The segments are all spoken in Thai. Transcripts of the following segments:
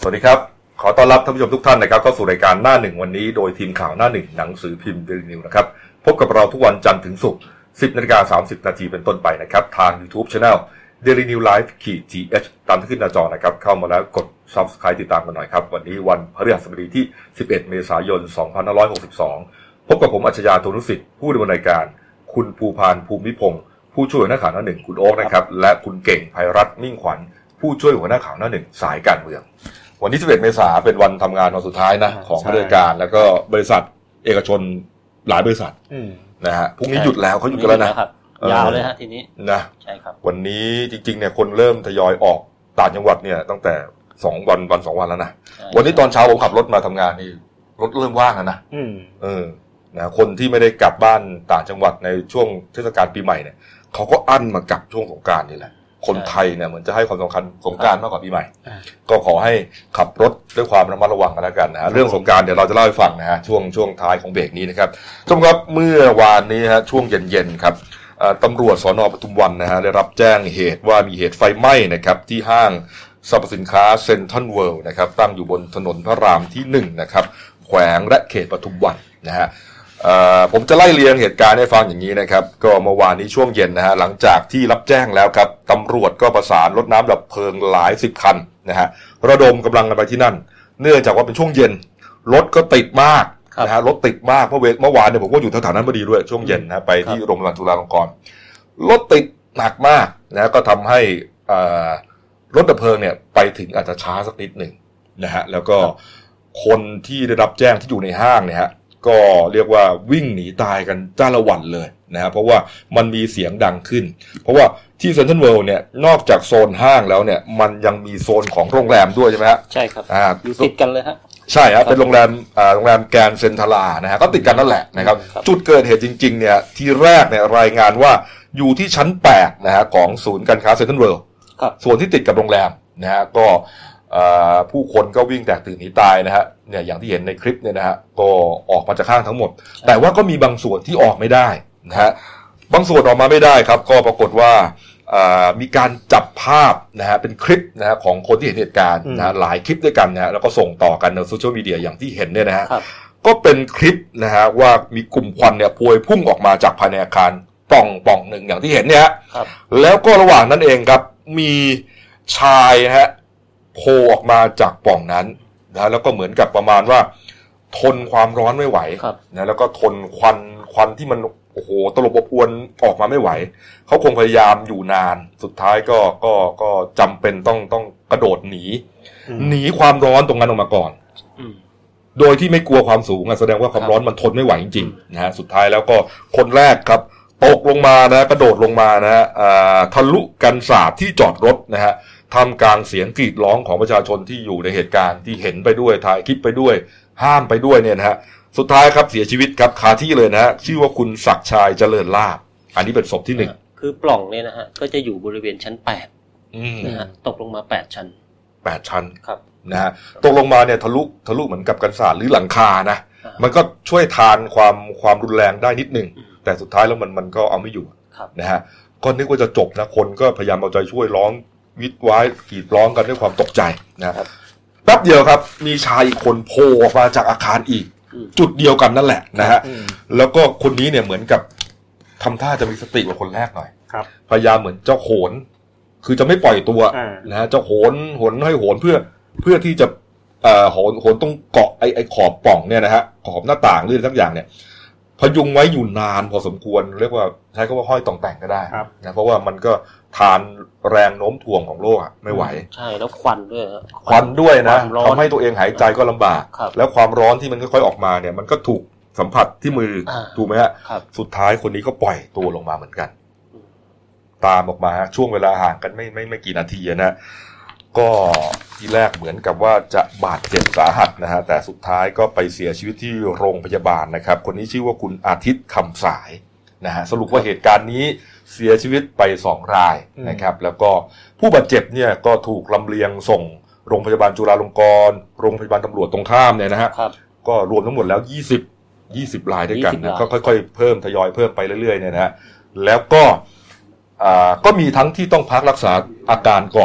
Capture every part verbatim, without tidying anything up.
สวัสดีครับขอต้อนรับท่านผู้ชมทุกท่านนะครับเข้าสู่รายการหน้าหนึ่งวันนี้โดยทีมข่าวหน้าหนึ่งหนังสือพิมพ์ Daily News นะครับพบกับเราทุกวันจันทร์ถึงศุกร์ สิบนาฬิกาสามสิบนาทีเป็นต้นไปนะครับทาง YouTube Channel Daily News Live ขีด จี เอช ตามที่ขึ้นหน้าจอนะครับเข้ามาแล้วกด Subscribe ติดตามกันหน่อยครับวันนี้วันพฤหัสบดีที่สิบเอ็ดเมษายนสองพันห้าร้อยหกสิบสองพบกับผมอัจฉริยะ โทนุสิทธิ์ผู้ดำเนินรายการคุณภูพานภูมิพงศ์ผู้ช่วยหัวหน้าข่าวหน้าหนึ่งคุณโอ๊คนะครับและคุณเก่งไพรัตน์มิ่งขวัญผู้ช่วยหัวหน้าข่าวหน้าหนึ่งสายการเมืองวันที่สิบเอ็ดเมษายนเป็นวันทำงานวันสุดท้ายนะของราชการแล้วก็บริษัทเอกชนหลายบริษัทนะฮะพรุ่งนี้หยุดแล้วเขาหยุดกันแล้วนะยาวเลยฮะทีนี้นะใช่ครับวันนี้จริงๆเนี่ยคนเริ่มทยอยออกต่างจังหวัดเนี่ยตั้งแต่สองวันวันสองวันแล้วนะวันนี้ตอนเช้าผมขับรถมาทำงานนี่รถเริ่มว่างแล้วนะเออนะคนที่ไม่ได้กลับบ้านต่างจังหวัดในช่วงเทศกาลปีใหม่เนี่ยเขาก็อั้นมากลับช่วงสงกรานต์นี่แหละคนไทยเนี่ยเหมือนจะให้ความสำคัญสงกรานต์มากกว่าปีใหม่ก็ขอให้ขับรถด้วยความระมัดระวังกันแล้วกันนะฮะเรื่องสงกรานต์เดี๋ยวเราจะเล่าให้ฟังนะฮะช่วงช่วงท้ายของเบรกนี้นะครับท่านผู้ชมครับเมื่อวานนี้ฮะช่วงเย็นๆครับตำรวจสน.ปทุมวันนะฮะได้รับแจ้งเหตุว่ามีเหตุไฟไหม้นะครับที่ห้างสรรพสินค้าเซ็นทรัลเวิลด์นะครับตั้งอยู่บนถนนพระรามที่หนึ่งนะครับแขวงและเขตปทุมวันนะฮะผมจะไล่เรียงเหตุการณ์ให้ฟังอย่างนี้นะครับก็เมื่อวานนี้ช่วงเย็นนะฮะหลังจากที่รับแจ้งแล้วครับตำรวจก็ประสานรถน้ำดับเพลิงหลายสิบคันนะฮะระดมกำลังกันไปที่นั่นเนื่องจากว่าเป็นช่วงเย็นรถก็ติดมากนะฮะรถติดมากเพราะเมื่อวานเนี่ยผมก็อยู่แถวๆนั้นพอดีด้วยช่วงเย็นนะไปที่โรงพยาบาลจุฬาลงกรณ์รถติดหนักมากนะก็ทำให้รถดับเพลิงเนี่ยไปถึงอาจจะช้าสักนิดหนึ่งนะฮะแล้วก็คนที่ได้รับแจ้งที่อยู่ในห้างเนี่ยฮะก็เรียกว่าวิ่งหนีตายกันจ้าละวันเลยนะฮะเพราะว่ามันมีเสียงดังขึ้นเพราะว่าที่เซ็นทรัลเวิลด์เนี่ยนอกจากโซนห้างแล้วเนี่ยมันยังมีโซนของโรงแรมด้วยใช่ไหมฮะใช่ครับอ่าอยู่ติดกันเลยฮะใช่ฮะเป็นโรงแรมอ่าโรงแรมแกรนด์เซ็นทรานะฮะก็ติดกันนั่นแหละนะครับจุดเกิดเหตุจริงๆเนี่ยที่แรกเนี่ยรายงานว่าอยู่ที่ชั้นแปดนะฮะของศูนย์การค้าเซ็นทรัลเวิลด์ส่วนที่ติดกับโรงแรมนะฮะก็ผู้คนก็วิ่งแตกตื่นหนีตายนะฮะเนี่ยอย่างที่เห็นในคลิปเนี่ยนะฮะก็ออกมาจากข้างทั้งหมดแต่ว่าก็มีบางส่วนที่ออกไม่ได้นะฮะบางส่วนออกมาไม่ได้ครับก็ปรากฏว่ามีการจับภาพนะฮะเป็นคลิปนะฮะของคนที่เห็นเหตุการณ์นะฮะหลายคลิปด้วยกันนะฮะแล้วก็ส่งต่อกันในโซเชียลมีเดียอย่างที่เห็นเนี่ยนะฮะก็เป็นคลิปนะฮะว่ามีกลุ่มควันเนี่ยพวยพุ่งออกมาจากภายในอาคารปล่องปล่องหนึ่งอย่างที่เห็นเนี่ยแล้วก็ระหว่างนั้นเองครับมีชายฮะโผล่ออกมาจากปล่องนั้นนะแล้วก็เหมือนกับประมาณว่าทนความร้อนไม่ไหวนะแล้วก็ทนควันควันที่มันโอ้โหตลบอบอวนออกมาไม่ไหวเขาคงพยายามอยู่นานสุดท้ายก็ก็ก็จำเป็นต้องต้องกระโดดหนีหนีความร้อนตรงนั้นออกมาก่อนโดยที่ไม่กลัวความสูงแสดงว่าความร้อนมันทนไม่ไหวจริงๆนะฮะสุดท้ายแล้วก็คนแรกครับตกลงมานะกระโดดลงมานะฮะทะลุกันศาสตร์ที่จอดรถนะฮะทำกลางเสียงกรีดร้องของประชาชนที่อยู่ในเหตุการณ์ที่เห็นไปด้วยถ่ายคลิปไปด้วยห้ามไปด้วยเนี่ยนะฮะสุดท้ายครับเสียชีวิตครับคาที่เลยนะฮะชื่อว่าคุณศักดิ์ชัยเจริญลาภอันนี้เป็นศพที่หนึ่งคือปล่องเนี่ยนะฮะก็จะอยู่บริเวณชั้นแปดนะฮะตกลงมาแปดชั้นแปดชั้นครับนะฮะตกลงมาเนี่ยทะลุทะลุเหมือนกับกันศาสตร์หรือหลังคานะมันก็ช่วยทานความความรุนแรงได้นิดนึงแต่สุดท้ายแล้วมันมันก็เอาไม่อยู่นะฮะก็นึกว่าจะจบนะคนก็พยายามเอาใจช่วยร้องวิดไว้กรีดร้องกันด้วยความตกใจนะครับแป๊บเดียวครับมีชายอีกคนโผล่ออกมาจากอาคารอีกจุดเดียวกันนั่นแหละนะฮะแล้วก็คนนี้เนี่ยเหมือนกับทำท่าจะมีสติกว่าคนแรกหน่อยพยายามเหมือนเจ้าโขนคือจะไม่ปล่อยตัวนะฮะเจ้าโขนโหนให้โหนเพื่อเพื่อที่จะเอ่อโหนโหนตรงเกาะไอ้ไอ้ขอบปล่องเนี่ยนะฮะขอบหน้าต่างหรือทั้งอย่างเนี่ยพยุงไว้อยู่นานพอสมควรเรียกว่าใช้คำว่าห้อยต่องแต่งก็ได้นะเพราะว่ามันก็ทานแรงโน้มถ่วงของโลกอ่ะไม่ไหวใช่แล้วควันด้วยควันด้วยนะทำให้ตัวเองหายใจก็ลำบากแล้วความร้อนที่มันค่อยๆออกมาเนี่ยมันก็ถูกสัมผัสที่มือถูกไหมฮะสุดท้ายคนนี้ก็ปล่อยตัวลงมาเหมือนกันตามออกมาช่วงเวลาห่างกันไม่ไม่ไม่กี่นาทีนะก็ทีแรกเหมือนกับว่าจะบาดเจ็บสาหัสนะฮะแต่สุดท้ายก็ไปเสียชีวิตที่โรงพยาบาลนะครับคนนี้ชื่อว่าคุณอาทิตย์คำสายนะฮะสรุปว่าเหตุการณ์นี้เสียชีวิตไปสองรายนะครับแล้วก็ผู้บาดเจ็บเนี่ยก็ถูกลำเลียงส่งโรงพยาบาลจุฬาลงกรณ์โรงพยาบาลตำรวจตรงข้ามเนี่ยนะฮะก็รวมทั้งหมดแล้วยี่สิบ ยี่สิบรายด้วยกันนะก็ค่อยๆเพิ่มทยอยเพิ่มไปเรื่อยๆเนี่ยนะฮะแล้วก็อ่าก็มีทั้งที่ต้องพักรักษาอาการก่อน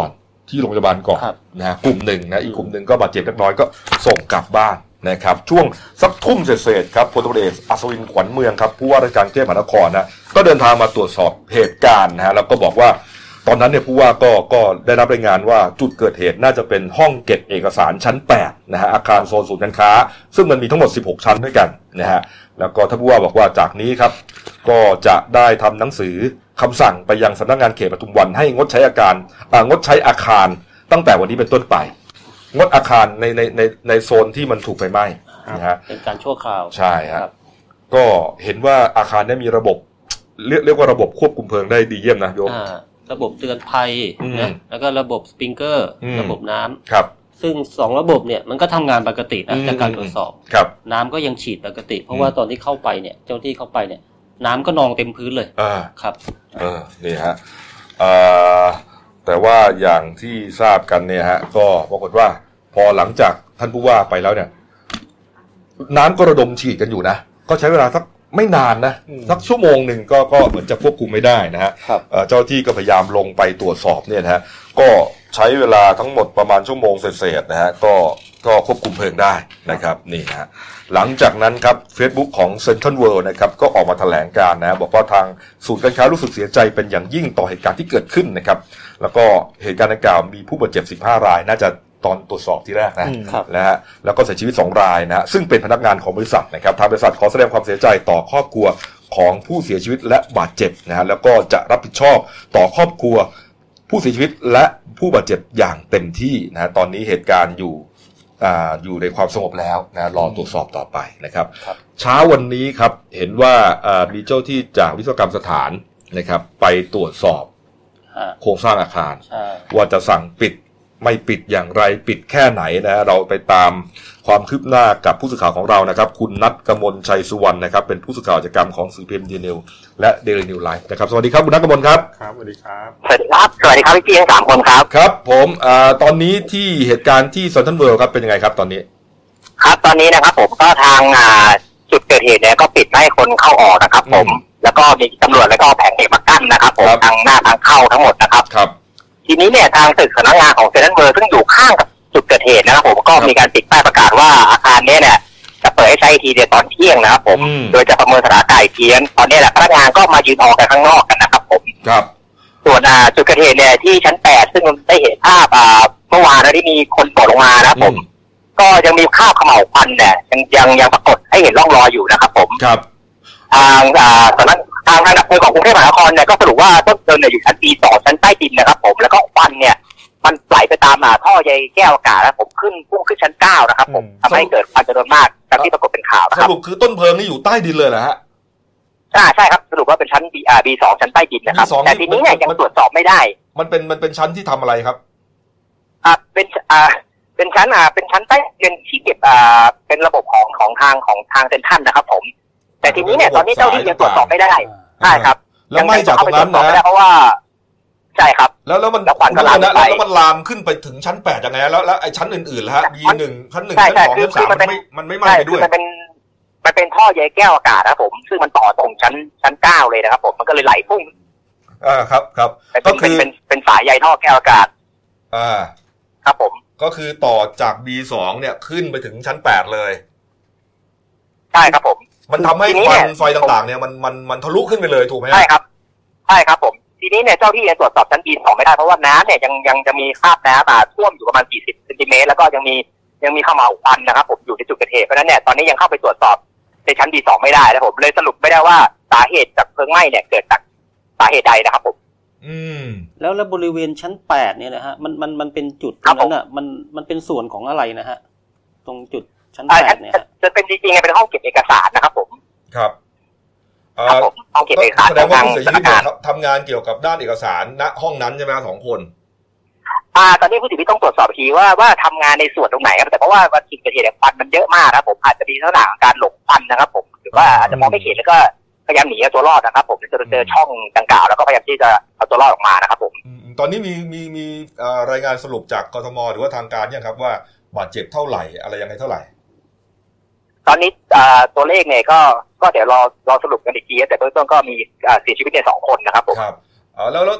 ที่โรงพยาบาลก่อนนะฮะกลุ่มหนึ่งนะอีกกลุ่มหนึ่งก็บาดเจ็บเล็กน้อยก็ส่งกลับบ้านนะครับช่วงสักทุ่มเศษๆครับพลตำรวจเอกอัศวินขวัญเมืองครับผู้ว่าราชการกรุงเทพมหานครนะก็เดินทางมาตรวจสอบเหตุการณ์นะฮะแล้วก็บอกว่าตอนนั้นเนี่ยผู้ว่าก็ก็ได้รับรายงานว่าจุดเกิดเหตุน่าจะเป็นห้องเก็บเอกสารชั้นแปดนะฮะอาคารโซนศูนย์การค้าซึ่งมันมีทั้งหมดสิบหกชั้นด้วยกันนะฮะแล้วก็ท่านผู้ว่าบอกว่าจากนี้ครับก็จะได้ทำหนังสือคำสั่งไปยังสำนักงานเขตปทุมวันให้งดใช้อาการอ่างดใช้อาคารตั้งแต่วันนี้เป็นต้นไปงดอาคารในในในในโซนที่มันถูกไฟไหม้นะฮะเป็นการชั่วคราวใช่ครับก็เห็นว่าอาคารนี้มีระบบเรียกเรียกว่าระบบควบคุมเพลิงได้ดีเยี่ยมนะโยมระบบเตือนภัยนะแล้วก็ระบบสปริงเกอร์ระบบน้ำครับซึ่งสองระบบเนี่ยมันก็ทำงานปกตินะจากการตรวจสอบน้ำก็ยังฉีดปกติเพราะว่าตอนที่เข้าไปเนี่ยเจ้าที่เข้าไปเนี่ยน้ำก็นองเต็มพื้นเลยครับเออนี่ฮะแต่ว่าอย่างที่ทราบกันเนี่ยฮะก็ปรากฏว่าพอหลังจากท่านผู้ว่าไปแล้วเนี่ยน้ำก็ระดมฉีดกันอยู่นะก็ใช้เวลาสักไม่นานนะสักชั่วโมงหนึ่งก็ก็เหมือนจะควบคุมไม่ได้นะฮะเจ้าที่ก็พยายามลงไปตรวจสอบเนี่ยนะฮะก็ใช้เวลาทั้งหมดประมาณชั่วโมงเศษๆนะฮะก็ก็ควบคุมเพลิงได้นะครับนี่ฮะหลังจากนั้นครับ Facebook ของ Central World นะครับก็ออกมาแถลงการนะบอกว่าทางศูนย์การค้ารู้สึกเสียใจเป็นอย่างยิ่งต่อเหตุการณ์ที่เกิดขึ้นนะครับแล้วก็เหตุการณ์ดังกล่าวมีผู้บาดเจ็บสิบห้ารายน่าจะตอนตรวจสอบที่แรกนะนะฮะแล้วก็เสียชีวิตสองรายนะซึ่งเป็นพนักงานของบริษัทนะครับทางบริษัทขอแสดงความเสียใจต่อครอบครัวของผู้เสียชีวิตและบาดเจ็บนะฮะแล้วก็จะรับผิดชอบต่อครอบครัวผู้เสียชีวิตและผู้บาดเจ็บอย่างเต็มที่นะตอนนี้เหตุการณ์อยู่อ่าอยู่ในความสงบแล้วนะรอตรวจสอบต่อไปนะครับเช้าวันนี้ครับเห็นว่าอ่ามีเจ้าที่จากวิศวกรรมสถานนะครับไปตรวจสอบโครงสร้างอาคารว่าจะสั่งปิดไม่ปิดอย่างไรปิดแค่ไหนนะเราไปตามความคืบหน้ากับผู้สื่อข่าวของเรานะครับคุณณัฐกมลชัยสุวรรณนะครับเป็นผู้สื่อข่าวกิจกรรมของสื่อพิมพ์ ดี นิว และเดลินิวไลฟ์นะครับสวัสดีครับคุณณัฐกมลครับครับสวัสดีครับสวัสดีครับสวัสดีครับพี่ๆทั้งสามคนครับครับผมอ่าตอนนี้ที่เหตุการณ์ที่เซ็นทรัลเวิลด์ครับเป็นยังไงครับตอนนี้ครับตอนนี้นะครับผมก็ทางอ่าจุดเกิดเหตุเนี่ยก็ปิดไม่ให้คนเข้าออกนะครับผมแล้วก็มีตำรวจแล้วก็แผงเหล็กมากั้นนะครับผมทางหน้าทางเข้าทั้งหมดนะครับครับทีนี้เนี่ยทางตึกสำนักงานของเซ็นทรัลเวิลด์ซึ่งอยู่ข้างกับจุดเกิดเหตุนะครับผมก็มีการติดป้ายประกาศว่าอาคารนี้เนี่ยจะเปิดให้ใช้ทีเดียวตอนเที่ยงนะครับผมโดยจะประเมินสถานการณ์อีกทีนั้นตอนนี้แหละพนักงานก็มายืนออกกันข้างนอกกันนะครับผมครับส่วนจุดเกิดเหตุเนี่ยที่ชั้นแปดซึ่งได้เห็นภาพเมื่อวานที่มีคนตกลงมานะครับผมก็ยังมีคราบเขม่าวควันเนี่ยยังยังยังปรากฏให้เห็นร่องรอยอยู่นะครับผมครับทางสำนักทางทางดับเพลิงของกรุงเทพมหานครเนี่ยก็สรุปว่าต้นเพลิงเนี่ยอยู่ชั้นปีสองชั้นใต้ดินนะครับผมแล้วก็ควันเนี่ยมันไหลไปตามท่อใยแก้วอากาศแล้วผมขึ้นพุ่งขึ้นชั้นเก้านะครับผมทำให้เกิดควันจำนวนมากตามที่ปรากฏเป็นข่าวนะครับสรุปคือต้นเพลิงนี่อยู่ใต้ดินเลยเหรอฮะอ่าใช่ครับสรุปว่าเป็นชั้น บี อาร์ บี สองชั้นใต้ดินนะครับแต่ทีนี้เนี่ยยังตรวจสอบไม่ได้มันเป็นมันเป็นชั้นที่ทำอะไรครับอ่าเป็นอ่าเป็นชั้นอ่าเป็นชั้นใต้ดินที่เก็บอ่าเป็นระบบของของทางของทางเซ็นทรัลนะครับผมแต่ทีนี้เนี่ยตอนนี้เจ้าที่ยังตรวจสอบไม่ได้ใช่ครับแล้วไม่จากตรงนั้นนะเพราะว่าใช่ครับแล้วแล้วมันแล้วควันก็ลามไปแล้วมันลามขึ้นไปถึงชั้นแปดยังไงแล้วแล้วไอ้ชั้นอื่นๆล่ะฮะ บี หนึ่ง ชั้นหนึ่งชั้นสองชั้นสามมันไม่มันไม่ไหม้ไปด้วยมันเป็นมันเป็นท่อใยแก้วอากาศนะครับผมซึ่งมันต่อตรงชั้นชั้นเก้าเลยนะครับผมมันก็เลยไหลพุ่งอ่าครับครับก็คือเป็นเป็นสายใยท่อแก้วอากาศอ่าครับผมก็คือต่อจาก บี สอง เนี่ยขึ้นไปถึงชั้นแปดเลยใช่ครับผมมันทำให้ควันไฟต่างๆเนี่ยมันมันมันทะลุขึ้นไปเลยถูกไหมใช่ครับใช่ครับผมทีนี้เนี่ยเจ้าที่ยังตรวจสอบชั้น บี สองไม่ได้เพราะว่าน้ำเนี่ยยังยังจะมีคราบน้ำมาท่วมอยู่ประมาณสี่สิบเซนติเมตรแล้วก็ยังมียังมีเขม่าวควันนะครับผมอยู่ในจุดเกิดเหตุเพราะฉะนั้นเนี่ยตอนนี้ยังเข้าไปตรวจสอบในชั้น บี สอง ไม่ได้แล้วผมเลยสรุปไม่ได้ว่าสาเหตุจากเพลิงไหม้เนี่ยเกิดจากสาเหตุใดนะครับผมอืมแล้วแล้วบริเวณชั้นแปดเนี่ยนะฮะมันมันมันเป็นจุดตรงนั้นอ่ะมันมันเป็นส่วนของอะไรนะฮะตรงจุดชั้นแปดเนี่ยจะเป็นจริงๆเป็นห้องเก็บเอกสารนะครับผมครับครับผมห้องเก็บเอกสารแสดงว่าผู้เสียชีวิตเนี่ยทำงานเกี่ยวกับด้านเอกสารณห้องนั้นใช่ไหมสองคนอ่าตอนนี้ผู้เสียชีวิตต้องตรวจสอบทีว่าว่าทำงานในส่วนตรงไหนครับแต่เพราะว่าวันที่เกิดเหตุควันมันเยอะมากครับผมอาจจะมีลักษณะการหลงควันนะครับผมหรือว่าอาจจะมองไม่เห็นแล้วก็พยายามหนีเอาตัวรอดนะครับผมจะเจอช่องดังกล่าวแล้วก็พยายามที่จะเอาตัวรอดออกมานะครับผมตอนนี้มีมีมีรายงานสรุปจากกทมหรือว่าทางการยังครับว่าบาดเจ็บเท่าไหร่อะไรยังไงเท่าไหร่ตอนนี้ตัวเลขเนี่ยก็ก็เดี๋ยวรอรอสรุปกันอีกทีแต่เบื้องต้นก็มีเสียชีวิตในสองคนนะครับผมครับแล้วแล้ว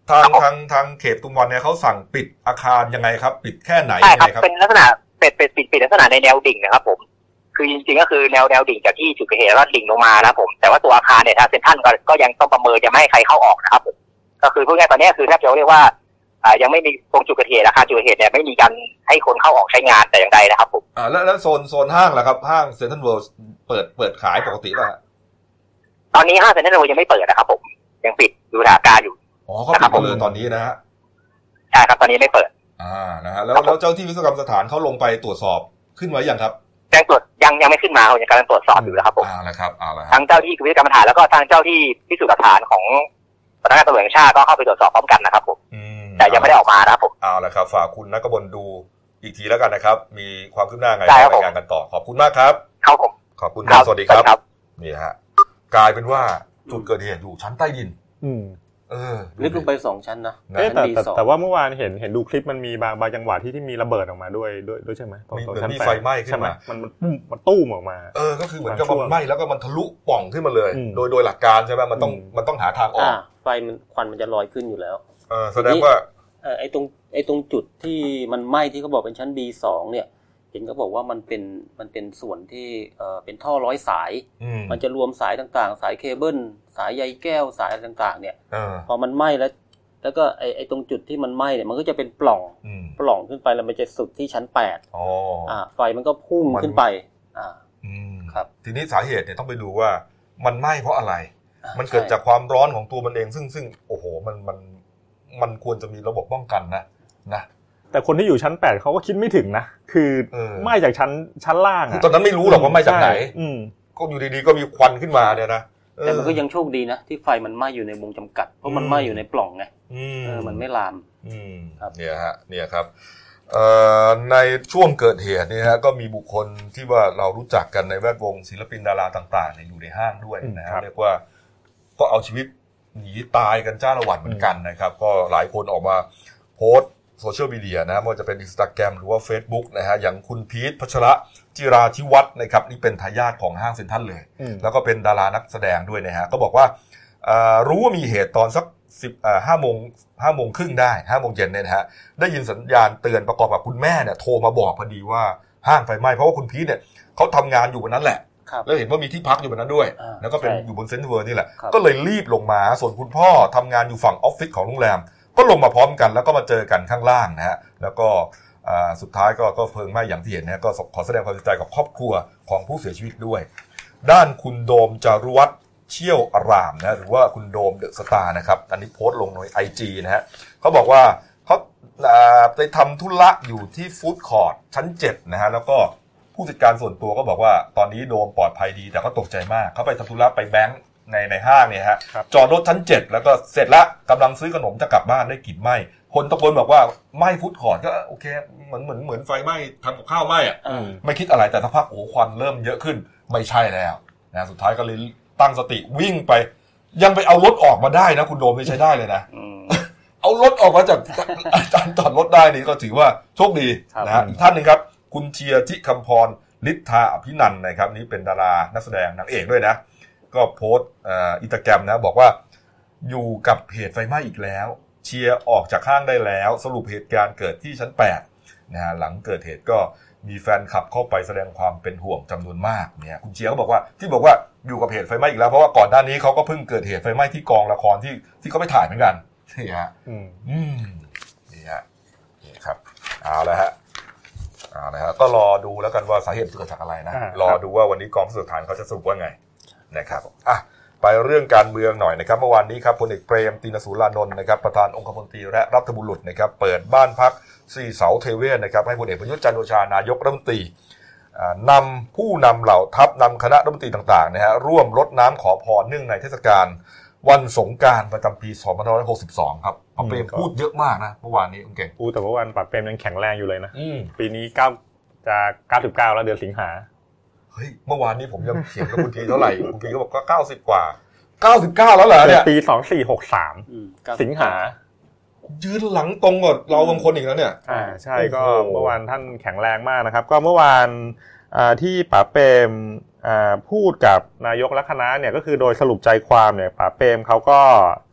ทางทางทางเขตปทุมวันเนี่ยเขาสั่งปิดอาคารยังไงครับปิดแค่ไหนใช่ครับเป็นลักษณะเป็นเป็นปิดปิดลักษณะในแนวดิ่งนะครับผมคือจริงๆก็คือแนวแนวดิ่งจากที่จุดเกิดเหตุแล้วดิ่งลงมานะผมแต่ว่าตัวอาคารเนี่ยทางเซ็นทรัลก็ก็ยังต้องประเมินยังไม่ให้ใครเข้าออกนะครับผมก็คือพูดง่ายๆตอนนี้คือแทบจะเรียกว่าอ่ายังไม่มีตรงจุดเกิดเหตุอาคารจุดเกิดเหตุเนี่ยไม่มีการให้คนเข้าออกใช้งานแต่อย่างใดนะครับผมอ่าแล้วแล้วโซนโซนห้างล่ะครับห้างเซ็นทรัลเวิลด์เปิดเปิดขายปกติป่ะตอนนี้ห้างเซ็นทรัลเวิลด์ยังไม่เปิดนะครับผมยังปิดดูสถานการณ์อยู่อ๋อเขาปิดหมดเลยตอนนี้นะฮะใช่ครับตอนนี้ไม่เปิดอ่านะฮะแล้วแล้วเจ้าที่วิศวกรรมสถานเขาลงไปตรวจสอบขึ้นไว้ยังครับแจ้งตรวจยังยังไม่ขึ้นมายังกำลังตรวจสอบอยู่นะครับผมอ่าแล้วครับอ่าแล้วทางเจ้าที่วิศวกรรมสถานแล้วก็ทางเจ้าที่พิสูจน์หลักฐานของสำนักงานตำรวจแห่งชาติก็เข้าไปตรวจสอบพร้อมกันนะครับผมแต่ยังไม่ได้ออกมานะครับผมเอาละครับฝากคุณณกมลดูอีกทีแล้วกันนะครับมีความคืบหน้าไงรายงานกันต่อขอบคุณมากครับครับผมขอบคุณครับสวัสดีครับนี่ฮะกลายเป็นว่าจุดเกิดเหตุอยู่ชั้นใต้ดินอืมเออลึกลงไปสองชั้นนะแต่แต่แต่ว่าเมื่อวานเห็นเห็นดูคลิปมันมีบางบางจังหวะที่ที่มีระเบิดออกมาด้วยด้วยด้วยใช่ไหมตรงชั้นมีไฟไหม้ขึ้นมามันมันมันตู้มออกมาเออก็คือเหมือนกับมันไหม้แล้วก็มันทะลุป่องขึ้นมาเลยโดยโดยหลักการใช่ไหมมันต้องมันต้องหาทางออกไฟมันควันมันจะลอยขึ้นอยู่แล้วเออแสดงว่าเออไอ้ตรงไอ้ตรงจุดที่มันไหม้ที่เขาบอกเป็นชั้น บี สอง เนี่ยเห็นเขาบอกว่ามันเป็นมันเป็นส่วนที่เอ่อเป็นท่อร้อยสายมันจะรวมสายต่างๆสายเคเบิลสายใยแก้วสายอะไรต่างๆเนี่ยพอมันไหม้แล้วแล้วก็ไอ้ไอ้ตรงจุดที่มันไหม้เนี่ยมันก็จะเป็นปล่องปล่องขึ้นไปแล้วมันจะสุดที่ชั้นแปดอ๋ออ่าไฟมันก็พุ่งขึ้นไปอ่าอืมครับทีนี้สาเหตุเนี่ยต้องไปดูว่ามันไหม้เพราะอะไรมันเกิดจากความร้อนของตัวมันเองซึ่งซึ่งโอ้โหมันมันมันควรจะมีระบบป้องกันนะนะแต่คนที่อยู่ชั้นแปดเขาก็คิดไม่ถึงนะคือไหม้จากชั้นชั้นล่างตอนนั้นไม่รู้หรอกว่าไหม้จากไหนก็อยู่ดีๆก็มีควันขึ้นมาเนี่ยนะแต่มันก็ยังโชคดีนะที่ไฟมันไหม้อยู่ในวงจำกัดเพราะมันไหม้อยู่ในปล่องไงเออมันไม่ลามครับเนี่ยฮะเนี่ยครับในช่วงเกิดเหตุเนี่ยฮะก็มีบุคคลที่ว่าเรารู้จักกันในแวดวงศิลปินดาราต่างๆเนี่ยอยู่ในห้างด้วยนะเรียกว่าก็เอาชีวิตหนีตายกันจ้าละวันเหมือนกันนะครับก็หลายคนออกมาโพสต์โซเชียลมีเดียนะไม่ว่าจะเป็น Instagram หรือว่า Facebook นะฮะอย่างคุณพีทพัชระจิราธิวัฒน์นะครับนี่เป็นทายาทของห้างเซ็นทรัลเลยแล้วก็เป็นดารานักแสดงด้วยนะฮะก็บอกว่ารู้ว่ามีเหตุตอนสักสิบห้าโมงห้าโมงครึ่งได้ห้าโมงเย็นเนี่ยนะฮะได้ยินสัญญาณเตือนประกอบกับคุณแม่เนี่ยโทรมาบอกพอดีว่าห้างไฟไหม้เพราะว่าคุณพีทเนี่ยเขาทำงานอยู่บนนั้นแหละแล้วเห็นว่ามีที่พักอยู่บนนั้นด้วยแล้วก็เป็นอยู่บนเซ็นทรัลเวิลด์นี่แหละก็เลยรีบลงมาส่วนคุณพ่อทำงานอยู่ฝั่งออฟฟิศของโรงแรมก็ลงมาพร้อมกันแล้วก็มาเจอกันข้างล่างนะฮะแล้วก็สุดท้ายก็ก็เพลิงไหม้อย่างที่เห็นนะก็ขอแสดงความเสียใจกับครอบครัวของผู้เสียชีวิตด้วยด้านคุณโดมจารุวัฒน์เชี่ยวอารามนะหรือว่าคุณโดมเดอะสตาร์นะครับอันนี้โพสต์ลงใน ไอ จี นะฮะเขาบอกว่าเขาไปทำธุระอยู่ที่ฟู้ดคอร์ทชั้นเจ็ดนะฮะแล้วก็ผู้จัดการส่วนตัวก็บอกว่าตอนนี้โดมปลอดภัยดีแต่ก็ตกใจมากเขาไปทำธุระไปแบงค์ในในห้างเนี่ยฮะจอดรถชั้นเจ็ดแล้วก็เสร็จแล้วกำลังซื้อขนมจะกลับบ้านได้กลิ่นไหม้คนตะโกนบอกว่าไหม้ฟู้ดคอร์ทก็โอเคเหมือนเหมือนเหมือนไฟไหม้ทำกับข้าวไหม้อะไม่คิดอะไรแต่สักพักโอ้ควันเริ่มเยอะขึ้นไม่ใช่แล้วนะสุดท้ายก็เลยตั้งสติวิ่งไปยังไปเอารถออกมาได้นะคุณโดมไม่ใช่ได้เลยนะเอารถออกมาจากการจอดรถได้นี่ก็ถือว่าโชคดีนะฮะอีกท่านนึงครับคุณเชียร์ทิคำพรฤทธาอภินันท์นะครับนี่เป็นดารานักแสดงนางเอกด้วยนะก็โพสต์อินสตาแกรมนะบอกว่าอยู่กับเหตุไฟไหม้อีกแล้วเชียร์ออกจากห้างได้แล้วสรุปเหตุการณ์เกิดที่ชั้นแปดนะฮะหลังเกิดเหตุก็มีแฟนคลับเข้าไปแสดงความเป็นห่วงจำนวนมากเนี่ยคุณเชียร์เขาบอกว่าที่บอกว่าอยู่กับเหตุไฟไหม้อีกแล้วเพราะว่าก่อนหน้านี้เขาก็เพิ่งเกิดเหตุไฟไหม้ที่กองละครที่ที่เขาไปถ่ายเหมือนกันนี่ฮะอืมอืมนี่ฮะนี่ครับเอาละฮะเอาละฮะก็รอดูแล้วกันว่าสาเหตุเกิดจากอะไรนะรอดูว่าวันนี้กองพิสูจน์หลักฐานเขาจะสรุปว่าไงนะครับอ่ะไปเรื่องการเมืองหน่อยนะครับเมื่อวานนี้ครับพลเอกเปรมติณสูรานนท์นะครับประธานองคมนตรีและรัฐบุรุษนะครับเปิดบ้านพักสี่เสาเทเวศนะครับให้พลเอกประยุทธ์จันทร์โอชานายกรัฐมนตรีนำผู้นำเหล่าทัพนำคณะรัฐมนตรีต่างๆนะฮะร่วมรดน้ำขอพรเนื่องในเทศกาลวันสงกรานต์ประจำปีสองพันห้าร้อยหกสิบสองครับป๋าเปรมพูดเยอะมากนะเมื่อวานนี้คุณเก่งพูดแต่เมื่อวานป๋าเปรมยังแข็งแรงอยู่เลยนะปีนี้เก้าจะเก้าสิบเก้าแล้วเดือนสิงหาเฮ้ยเมื่อวานนี้ผมยังเถียงกับคุณพีเท่าไหร่คุณพีก็บอกก็เก้าสิบกว่าเก้าสิบเก้าแล้วเหรอเนี่ยปีสองพันสี่ร้อยหกสิบสามสิงหายืนหลังตรงกว่าเราบางคนอีกแล้วเนี่ยอ่าใช่ก็เมื่อวานท่านแข็งแรงมากนะครับก็เมื่อวานที่ป๋าเปรมพูดกับนายกและคณะเนี่ยก็คือโดยสรุปใจความเนี่ยป๋าเปรมเขาก็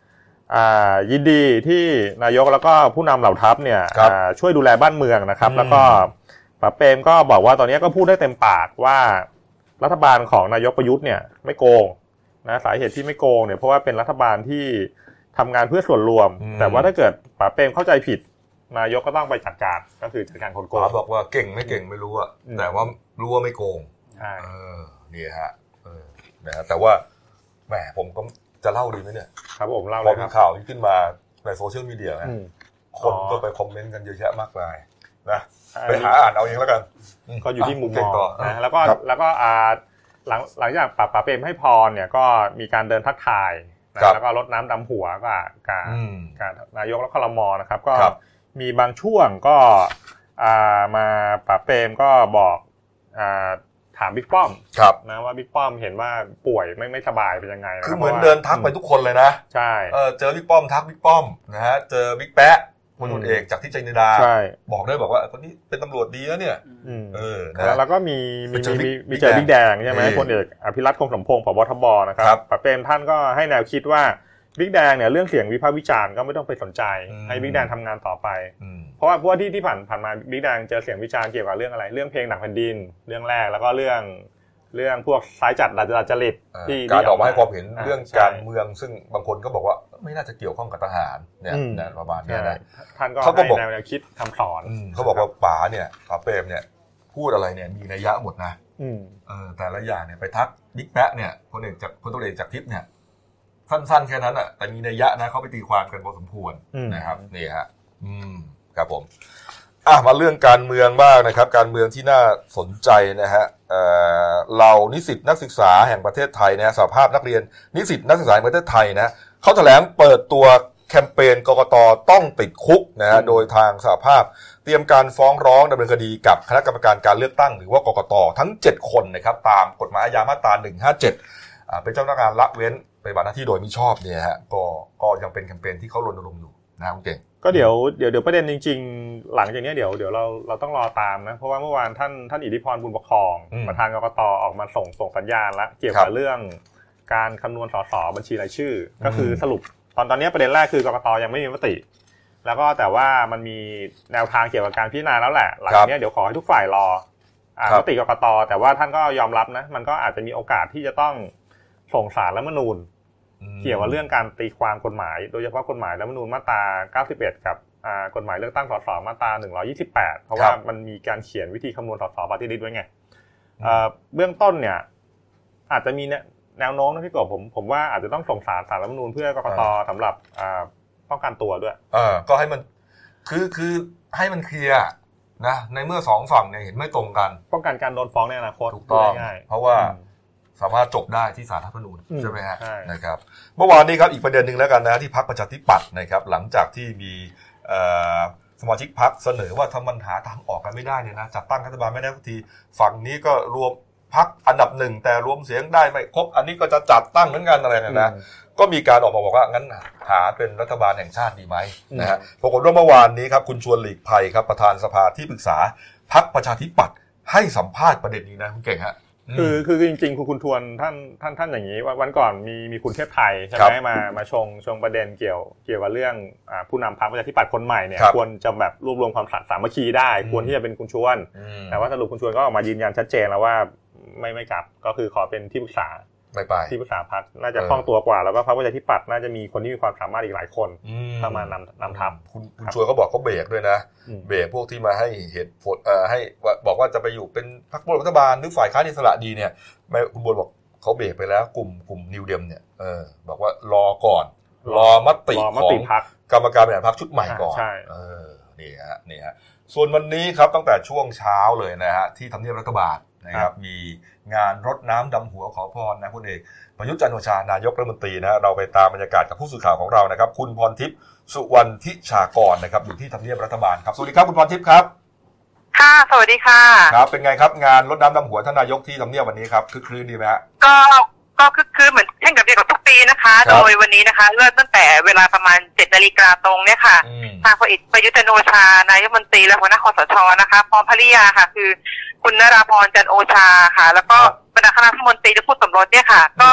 ยินดีที่นายกแล้วก็ผู้นำเหล่าทัพเนี่ยช่วยดูแลบ้านเมืองนะครับแล้วก็ป๋าเปรมก็บอกว่าตอนนี้ก็พูดได้เต็มปากว่ารัฐบาลของนายกประยุทธ์เนี่ยไม่โกงนะสาเหตุที่ไม่โกงเนี่ยเพราะว่าเป็นรัฐบาลที่ทำงานเพื่อส่วนรวมแต่ว่าถ้าเกิดป๋าเปรมเข้าใจผิดนายกก็ต้องไปจัดการก็คือจัดการคนโกงบอกว่าเก่งไม่เก่งไม่รู้อะแต่ว่ารู้ว่าไม่โกงใช่เออนี่ฮะเออนะแต่ว่าแหมผมก็จะเล่าดีไหมเนี่ยครับผมเล่าเลยครับพอมีข่าวที่ขึ้นมาในโซเชียลมีเดียนะคนก็ไปคอมเมนต์กันเยอะแยะมากมายนะไปหาอ่านเอาเองแล้วกันก็อยู่ที่มุมมองนะแล้วก็แล้วก็อ่าหลังหลังจากป๋าเปรมให้พรเนี่ยก็มีการเดินทักทายนะแล้วก็รดน้ำดำหัวกับการการนายกและครม.นะครับก็มีบางช่วงก็อ่ามาป๋าเปรมก็บอกอ่าถามบิ๊กป้อมนะว่าบิ๊กป้อมเห็นว่าป่วยไม่ไม่สบายเป็นยังไงคือเหมือนเดินทักไปทุกคนเลยนะใช่เออเจอบิ๊กป้อมทักบิ๊กป้อมนะฮะเจอบิ๊กแป๊ะพลตำรวจเอกจากทิพย์ชัยจินดาบอกได้บอกว่าคนนี้เป็นตำรวจดีแล้วเนี่ยเออนะแล้วก็มีมีมีมีเจอบิ๊กแดงใช่ไหมพลเอกอภิรัตคงสมพงษ์ผบ.ทบ.นะครับป๋าเปรมท่านก็ให้แนวคิดว่าบิ๊กแดงเนี่ยเรื่องเสียงวิพากษ์วิจารณ์ก็ไม่ต้องไปสนใจให้บิ๊กแดงทำงานต่อไปเพราะว่าเพราะว่าที่ที่ผ่านผ่านมาบิ๊กแดงเจอเสียงวิจารณ์เกี่ยวกับเรื่องอะไรเรื่องเพลงหนักแผ่นดินเรื่องแรกแล้วก็เรื่องเรื่องพวกซ้ายจัดดัดจริตที่การออกมาให้ความเห็นเรื่องการเมืองซึ่งบางคนก็บอกว่าไม่น่าจะเกี่ยวข้องกับทหารเนี่ยประมาณนี้นะท่านก็ให้แนวคิดคำสอนเขาบอกว่าป๋าเนี่ยป๋าเปรมเนี่ยพูดอะไรเนี่ยมีนัยยะหมดนะเออแต่ละอย่างเนี่ยไปทักบิ๊กแป๊ะเนี่ยพลเอกจากพลตำรวจเอกจากทิพย์เนี่ยสั้นๆแค่นั้นอ่ะแต่มีนัยยะนะเขาไปตีความกันพอสมควรนะครับนี่ฮะอืมครับผมอ่ะมาเรื่องการเมืองบ้างนะครับการเมืองที่น่าสนใจนะฮะเอ่อเรานิสิตนักศึกษาแห่งประเทศไทยนะสหภาพนักเรียนนิสิตนักศึกษาแห่งประเทศไทยนะเขาแถลงเปิดตัวแคมเปญกกต.ต้องติดคุกนะฮะโดยทางสหภาพเตรียมการฟ้องร้องดำเนินคดีกับคณะกรรมการการเลือกตั้งหรือว่ากกต.ทั้งเจ็ดคนนะครับตามกฎหมายอาญามาตราหนึ่งห้าเจ็ดอ่าเป็นเจ้าพนักงานละเว้นปฏิบัติหน้าที่โดยมิชอบเนี่ยฮะก็ก็ยังเป็นแคมเปญที่เขารณรงค์อยู่นะคุณเก่งก็เดี๋ยวเดี๋ยวเดี๋ยวประเด็นจริงๆหลังจากนี้เดี๋ยวเดี๋ยวเราเราต้องรอตามนะเพราะว่าเมื่อวานท่านท่านอิทธิพรบุญประคองประธานกกต.ออกมาส่งส่งสัญญาณละเกี่ยวกับเรื่องการคำนวณสสบัญชีรายชื่อก็คือสรุปตอนตอนนี้ประเด็นแรกคือกกต.ยังไม่มีมติแล้วก็แต่ว่ามันมีแนวทางเกี่ยวกับการพิจารณาแล้วแหละหลังจากนี้เดี๋ยวขอให้ทุกฝ่ายรออ่ามติกกต.แต่ว่าท่านก็ยอมรับนะมันก็อาจจะมีโอกาสที่จะต้องส่งศาลรัฐธรรมนูญเกี่ยวกับเรื่องการตีความกฎหมายโดยเฉพาะกฎหมายรัฐธรรมนูญมาตราเก้าสิบเอ็ดกับอ่ากฎหมายเลือกตั้งสสมาตราหนึ่งร้อยยี่สิบแปดเพราะว่ามันมีการเขียนวิธีคำนวณสสปาร์ตี้ลิสต์ไว้ไงเอ่อเบื้องต้นเนี่ยอาจจะมีแนวโน้มนะพี่กบผมผมว่าอาจจะต้องส่งศาลศาลรัฐธรรมนูญเพื่อกกต.สำหรับอ่าป้องกันตัวด้วยเออก็ให้มันคือคือให้มันเคลียร์นะในเมื่อสองฝั่งเนี่ยเห็นไม่ตรงกันป้องกันการโดนฟ้องในอนาคตถูกต้องเพราะว่าสามารถจบได้ที่ศาลรัฐธรรมนูญใช่ไหมฮะนะครับเมื่อวานนี้ครับอีกประเด็นหนึ่งแล้วกันนะที่พรรคประชาธิปัตย์นะครับหลังจากที่มีสมาชิกพรรคเสนอว่าถ้ามันหาทางออกกันไม่ได้เนี่ยนะจัดตั้งรัฐบาลไม่ได้ทุกทีฝั่งนี้ก็รวมพรรคอันดับหนึ่งแต่รวมเสียงได้ไม่ครบอันนี้ก็จะจัดตั้งเหมือนกันอะไรนะนะก็มีการออกมาบอกว่างั้นหาเป็นรัฐบาลแห่งชาติดีไหมนะฮะปรากฏว่าเมื่อวานนี้ครับคุณชวนหลีกภัยครับประธานสภาที่ปรึกษาพรรคประชาธิปัตย์ให้สัมภาษณ์ประเด็นนี้นะคุณเก่งฮะคือคือจริงๆคุณคุณทวนท่านท่านท่านอย่างนี้วันก่อนมีมีคุณเทพไทยใช่ไหมมามาชงชงประเด็นเกี่ยวเกี่ยวกับเรื่องอ่าผู้นำพรรคประชาธิปัตย์คนใหม่เนี่ยควรจะแบบรวบรวมความสามัคคีได้ควรที่จะเป็นคุณชวนแต่ว่าสรุปคุณชวนก็ออกมายืนยันชัดเจนแล้วว่าไม่ไม่กลับก็คือขอเป็นที่ปรึกษาไม่ไปที่ปรึกษาพรรคน่าจะคล่องตัวกว่าแล้วก็พรรคประชาธิปัตย์น่าจะมีคนที่มีความสามารถอีกหลายคนเข้ามานำนำทำคุณคุณชวนเขาบอกเขาเบรกด้วยนะเบรกพวกที่มาให้เหตุผลเอ่อให้บอกว่าจะไปอยู่เป็นพรรครัฐบาลหรือฝ่ายค้านอิสระดีเนี่ยไม่คุณบวรบอกเขาเบรกไปแล้วกลุ่มกลุ่มนิวเดมเนี่ยเออบอกว่ารอก่อนรอมติของกรรมการบริหารพรรคชุดใหม่ก่อนเออนี่ฮะนี่ฮะส่วนวันนี้ครับตั้งแต่ช่วงเช้าเลยนะฮะที่ทำเนียบรัฐบาลนะครับมีงานรดน้ำดำหัวขอพรนะพลเอกประยุทธ์จันทร์โอชานายกรัฐมนตรีนะเราไปตามบรรยากาศกับผู้สื่อข่าวของเรานะครับคุณพรทิพย์สุวรรณทิชากรนะครับอยู่ที่ทำเนียบรัฐบาลครับสวัสดีครับคุณพรทิพย์ครับค่ะสวัสดีค่ะครับเป็นไงครับงานรดน้ำดำหัวท่านนายกที่ทำเนียบวันนี้ครับคึกคืนดีไหมฮะก็ก็คึกคืนเหมือนเช่นกับเดียวกับทุกปีนะคะโดยวันนี้นะคะเริ่มตั้งแต่เวลาประมาณเจ็ดนาฬิกาตรงเนี่ยค่ะทางพลเอกประยุทธ์จันทร์โอชานายกรัฐมนตรีและหัวหน้าคสช.นะคะพร้อมภริยาค่ะคือคุณนราพรจันทร์โอชาค่ะแล้วก็บรรดาคณะรัฐมนตรีและผู้สมรสเนี่ยค่ะก็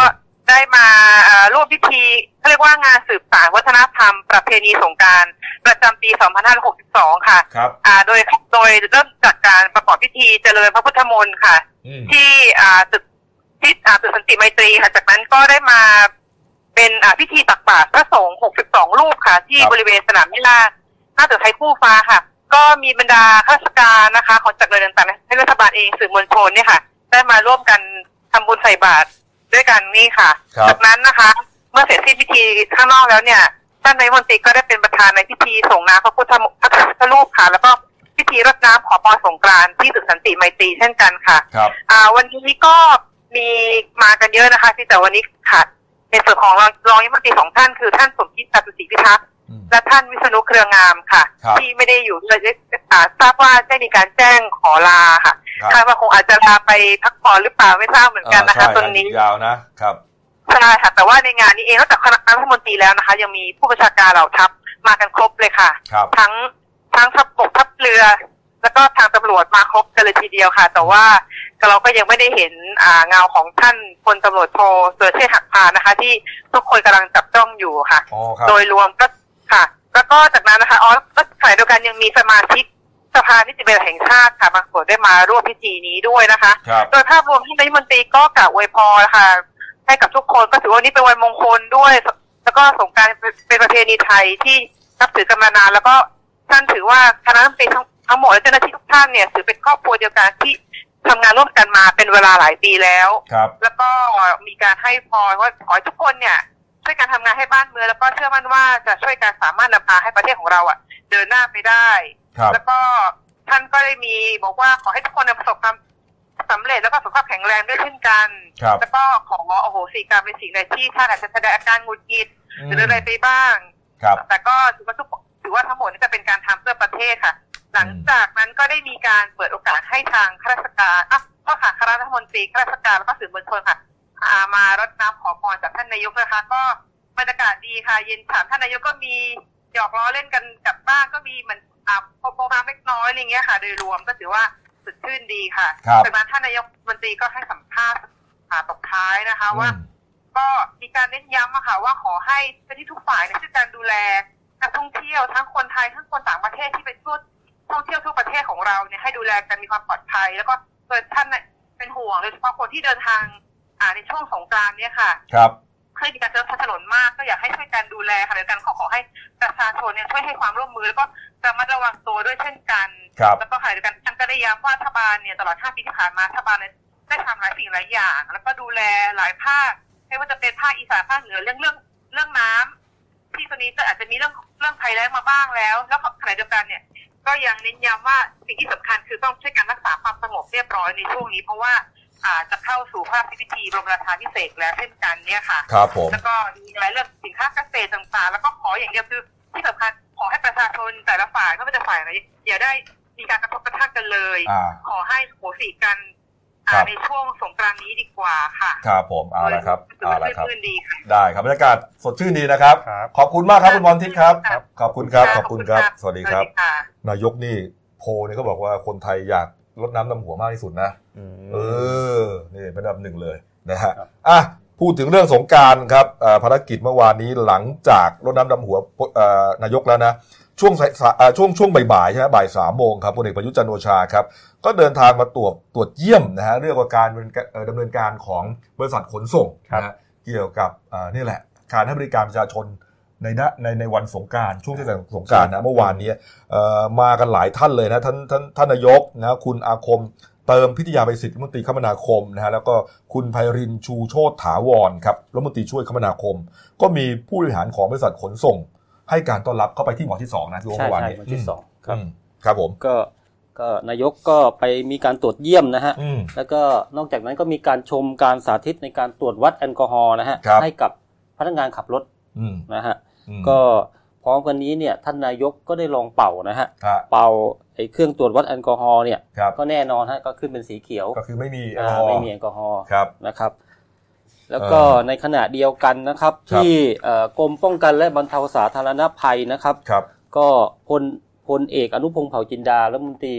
ได้มาร่วมพิธีเขาเรียกว่างานสืบสานวัฒนธรรมประเพณีสงกรานต์ประจำปีสองพันห้าร้อยหกสิบสองค่ะครับอ่าโดยโดยเริ่มจากการประกอบพิธีเจริญพระพุทธมนต์ค่ะที่อ่าตึกที่อ่าตึกสันติไมตรีค่ะจากนั้นก็ได้มาเป็นอ่าพิธีตักบาตรพระสงฆ์หกสิบสองรูปค่ะที่บริเวณสนามหญ้าหน้าตึกไทยคู่ฟ้าค่ะก็มีบรรดาข้าราชการนะคะของจักรวาลต่างๆให้รัฐบาลเองสื่อมวลชนเนี่ยค่ะได้มาร่วมกันทำบุญใส่บาตรด้วยกันนี่ค่ะจากนั้นนะคะเมื่อเสร็จสิ้นพิธีข้างนอกแล้วเนี่ยท่านนายกรัฐมนตรีก็ได้เป็นประธานในพิธีส่งน้ำพระพุทธพระพุทธรูปค่ะแล้วก็พิธีรดน้ำขอพรสงกรานต์ที่ตึกสันติไมตรีเช่นกันค่ะครับอ่าวันนี้ก็มีมากันเยอะนะคะที่แต่วันนี้ค่ะในส่วนของรองรองนายกรัฐมนตรีสองท่านคือท่านสมคิด จตุศรีพิทักษ์และท่านวิษณุเครืองามค่ะที่ไม่ได้อยู่เลยทราบว่าได้มีการแจ้งขอลาค่ะคาดว่าคงอาจจะลาไปพักผ่อนหรือเปล่าไม่ทราบเหมือนกันนะคะตรงนี้ยาวนะครับใช่ค่ะแต่ว่าในงานนี้เองนอกจากคณะรัฐมนตรีแล้วนะคะยังมีผู้บัญชาการเหล่าทัพมากันครบเลยค่ะทั้งทั้งทัพบกทัพเรือแล้วก็ทางตำรวจมาครบกันเลยทีเดียวค่ะแต่ว่าเราก็ยังไม่ได้เห็นอ่าเงาของท่านพลตำรวจโทสุรเชษฐ์หักพานนะคะที่ทุกคนกำลังจับจ้องอยู่ค่ะโดยรวมก็ค่ะแล้วก็จากนั้นนะคะอ๋อก็ขณะเดียวกันยังมีสมาชิกสภานิติบัญญัติแห่งชาติค่ะบางส่วนได้มาร่วมพิธีนี้ด้วยนะคะโดยภาพรวมที่นายกรัฐมนตรีก็กล่าวอวยพรนะคะให้กับทุกคนก็ถือว่านี่เป็นวันมงคลด้วยแล้วก็สงกรานต์เป็นประเพณีไทยที่นับถือกันมานานแล้วก็ท่านถือว่าคณะรัฐมนตรีทั้งทั้งหมดและเจ้าหน้าที่ทุกท่านเนี่ยถือเป็นครอบครัวเดียวกันที่ทำงานร่วมกันมาเป็นเวลาหลายปีแล้วแล้วก็มีการให้พรว่าขอให้ทุกคนเนี่ยช่วยกันทำงานให้บ้านเมืองแล้วก็เชื่อมั่นว่าจะช่วยกันสามารถนำพาให้ประเทศของเราอ่ะเดินหน้าไปได้แล้วก็ท่านก็ได้มีบอกว่าขอให้ทุกคนประสบความสำเร็จแล้วก็สุขภาพแข็งแรงด้วยเช่นกันแล้วก็ขอโอโหสิกรรมเป็นสิ่งใดที่ท่านอาจจะแสดงอาการหงุดหงิดหรืออะไรไปบ้างแต่ก็ถือว่าทุกถือว่าทั้งหมดนี่จะเป็นการทำเพื่อประเทศค่ะหลังจากนั้นก็ได้มีการเปิดโอกาสให้ทางข้าราชการอ่ะก็ค่ะคณะรัฐมนตรีข้าราชการแล้วก็สื่อมวลชนค่ะมารดน้ำขอพรจากท่านนายกนะคะก็บรรยากาศดีค่ะเย็นฉ่ำท่านนายกก็มีหยอกล้อเล่นกันกับบ้านก็มีเหมือนอ่าโปรแกรมเล็กน้อยอะไรเงี้ยค่ะโดยรวมก็ถือว่าสดชื่นดีค่ะจากนั้นท่านนายกรัฐมนตรีก็ให้สัมภาษณ์ตบท้ายนะคะว่าก็มีการเน้นย้ำอะค่ะว่าขอให้เจ้าหน้าที่ทุกฝ่ายในช่วยกันดูแลนักท่องเที่ยวทั้งคนไทยทั้งคนต่างประเทศที่ไปทั่วท่องเที่ยวทั่วประเทศของเราเนี่ยให้ดูแลกันมีความปลอดภัยแล้วก็โดยท่านเป็นห่วงโดยเฉพาะคนที่เดินทางอ่าในช่วงสงกรานต์เนี่ยค่ะครับเคยมีการเจอถนนมากก็อยากให้ช่วยกันดูแลค่ะโดยการขอขอให้ประชาชนเนี่ยช่วยให้ความร่วมมือแล้วก็ระมัดระวังตัวด้วยเช่นกันแล้วก็ขณะเดียวกันท่านก็ได้ย้ำว่ารัฐบาลเนี่ยตลอดห้าปีที่ผ่านมารัฐบาลได้ทำหลายสิ่งหลายอย่างแล้วก็ดูแลหลายภาคไม่ว่าจะเป็นภาคอีสานภาคเหนือเรื่องเรื่องเรื่องน้ำที่ตอนนี้จะอาจจะมีเรื่องเรื่องภัยแล้งมาบ้างแล้วแล้วขณะเดียวกันเนี่ยก็ยังเน้นย้ำว่าสิ่งที่สำคัญคือต้องช่วยกันรักษาความสงบเรียบร้อยในช่วงนี้เพราะว่าอ่าจะเข้าสู่พระราชพิธีบรมราชาภิเษกแล้วเช่นกันเนี่ยค่ะครับผมแล้วก็มีหลายเรื่องสินค้าเกษตรต่างๆแล้วก็ขออย่างเดียวคือที่สำคัญขอให้ประชาชนแต่ละฝ่ายไม่ว่าจะฝ่ายไหนอย่าได้มีการกระทบกระทั่งกันเลยขอให้โหสิกันในช่วงสงกรานต์นี้ดีกว่าค่ะครับผมเอาละครับเอาละครับได้ครับบรรยากาศสดชื่นดีนะครับขอบคุณมากครับคุณพรทิพย์ครับขอบคุณครับขอบคุณครับสวัสดีครับนายกนี่โพลนี่เขาบอกว่าคนไทยอยากรดน้ำดำหัวมากที่สุดนะเออนี่เป็นอันดับหนึ่งเลยนะฮะอ่ะพูดถึงเรื่องสงกรานต์ครับภารกิจเมื่อวานนี้หลังจากรดน้ำดำหัวนายกแล้วนะช่วงช่วงช่วงบ่ายๆใช่ไหมบ่ายสามโมงครับพลเอกประยุทธ์จันทร์โอชาครับก็เดินทางมาตรวจตรวจเยี่ยมนะฮะเรื่องการดำเนินการของบริษัทขนส่งนะฮะเกี่ยวกับนี่แหละการให้บริการประชาชนในในในวันสงกรานต์ช่วงเทศกาลสงกรานต์นะเมื่อวานนี้มากันหลายท่านเลยนะท่านท่านท่านนายกนะคุณอาคมเติมพิทยาภัยศิษย์รัฐมนตรีคมนาคมนะฮะแล้วก็คุณไพรินทร์ชูโชติถาวรครับรัฐมนตรีช่วยคมนาคมก็มีผู้บริหารของบริษัทขนส่งให้การต้อนรับเข้าไปที่หมอที่สองนะที่เมื่อวานนี้หมอที่สองครับครับผมก็ก็นายกก็ไปมีการตรวจเยี่ยมนะฮะแล้วก็นอกจากนั้นก็มีการชมการสาธิตในการตรวจวัดแอลกอฮอล์นะฮะให้กับพนักงานขับรถนะฮะก็พร้อมกันนี้เนี่ยท่านนายกก็ได้ลองเป่านะฮะเป่าไอ้เครื่องตรวจวัดแอลกอฮอล์เนี่ยก็แน่นอนฮะก็ขึ้นเป็นสีเขียวก็คือไม่มีแอลกอฮอล์ไม่มีแอลกอฮอล์นะครับแล้วก็ในขณะเดียวกันนะครับที่กรมป้องกันและบรรเทาสาธารณภัยนะครับก็พลพลเอกอนุพงษ์เผ่าจินดารัฐมนตรี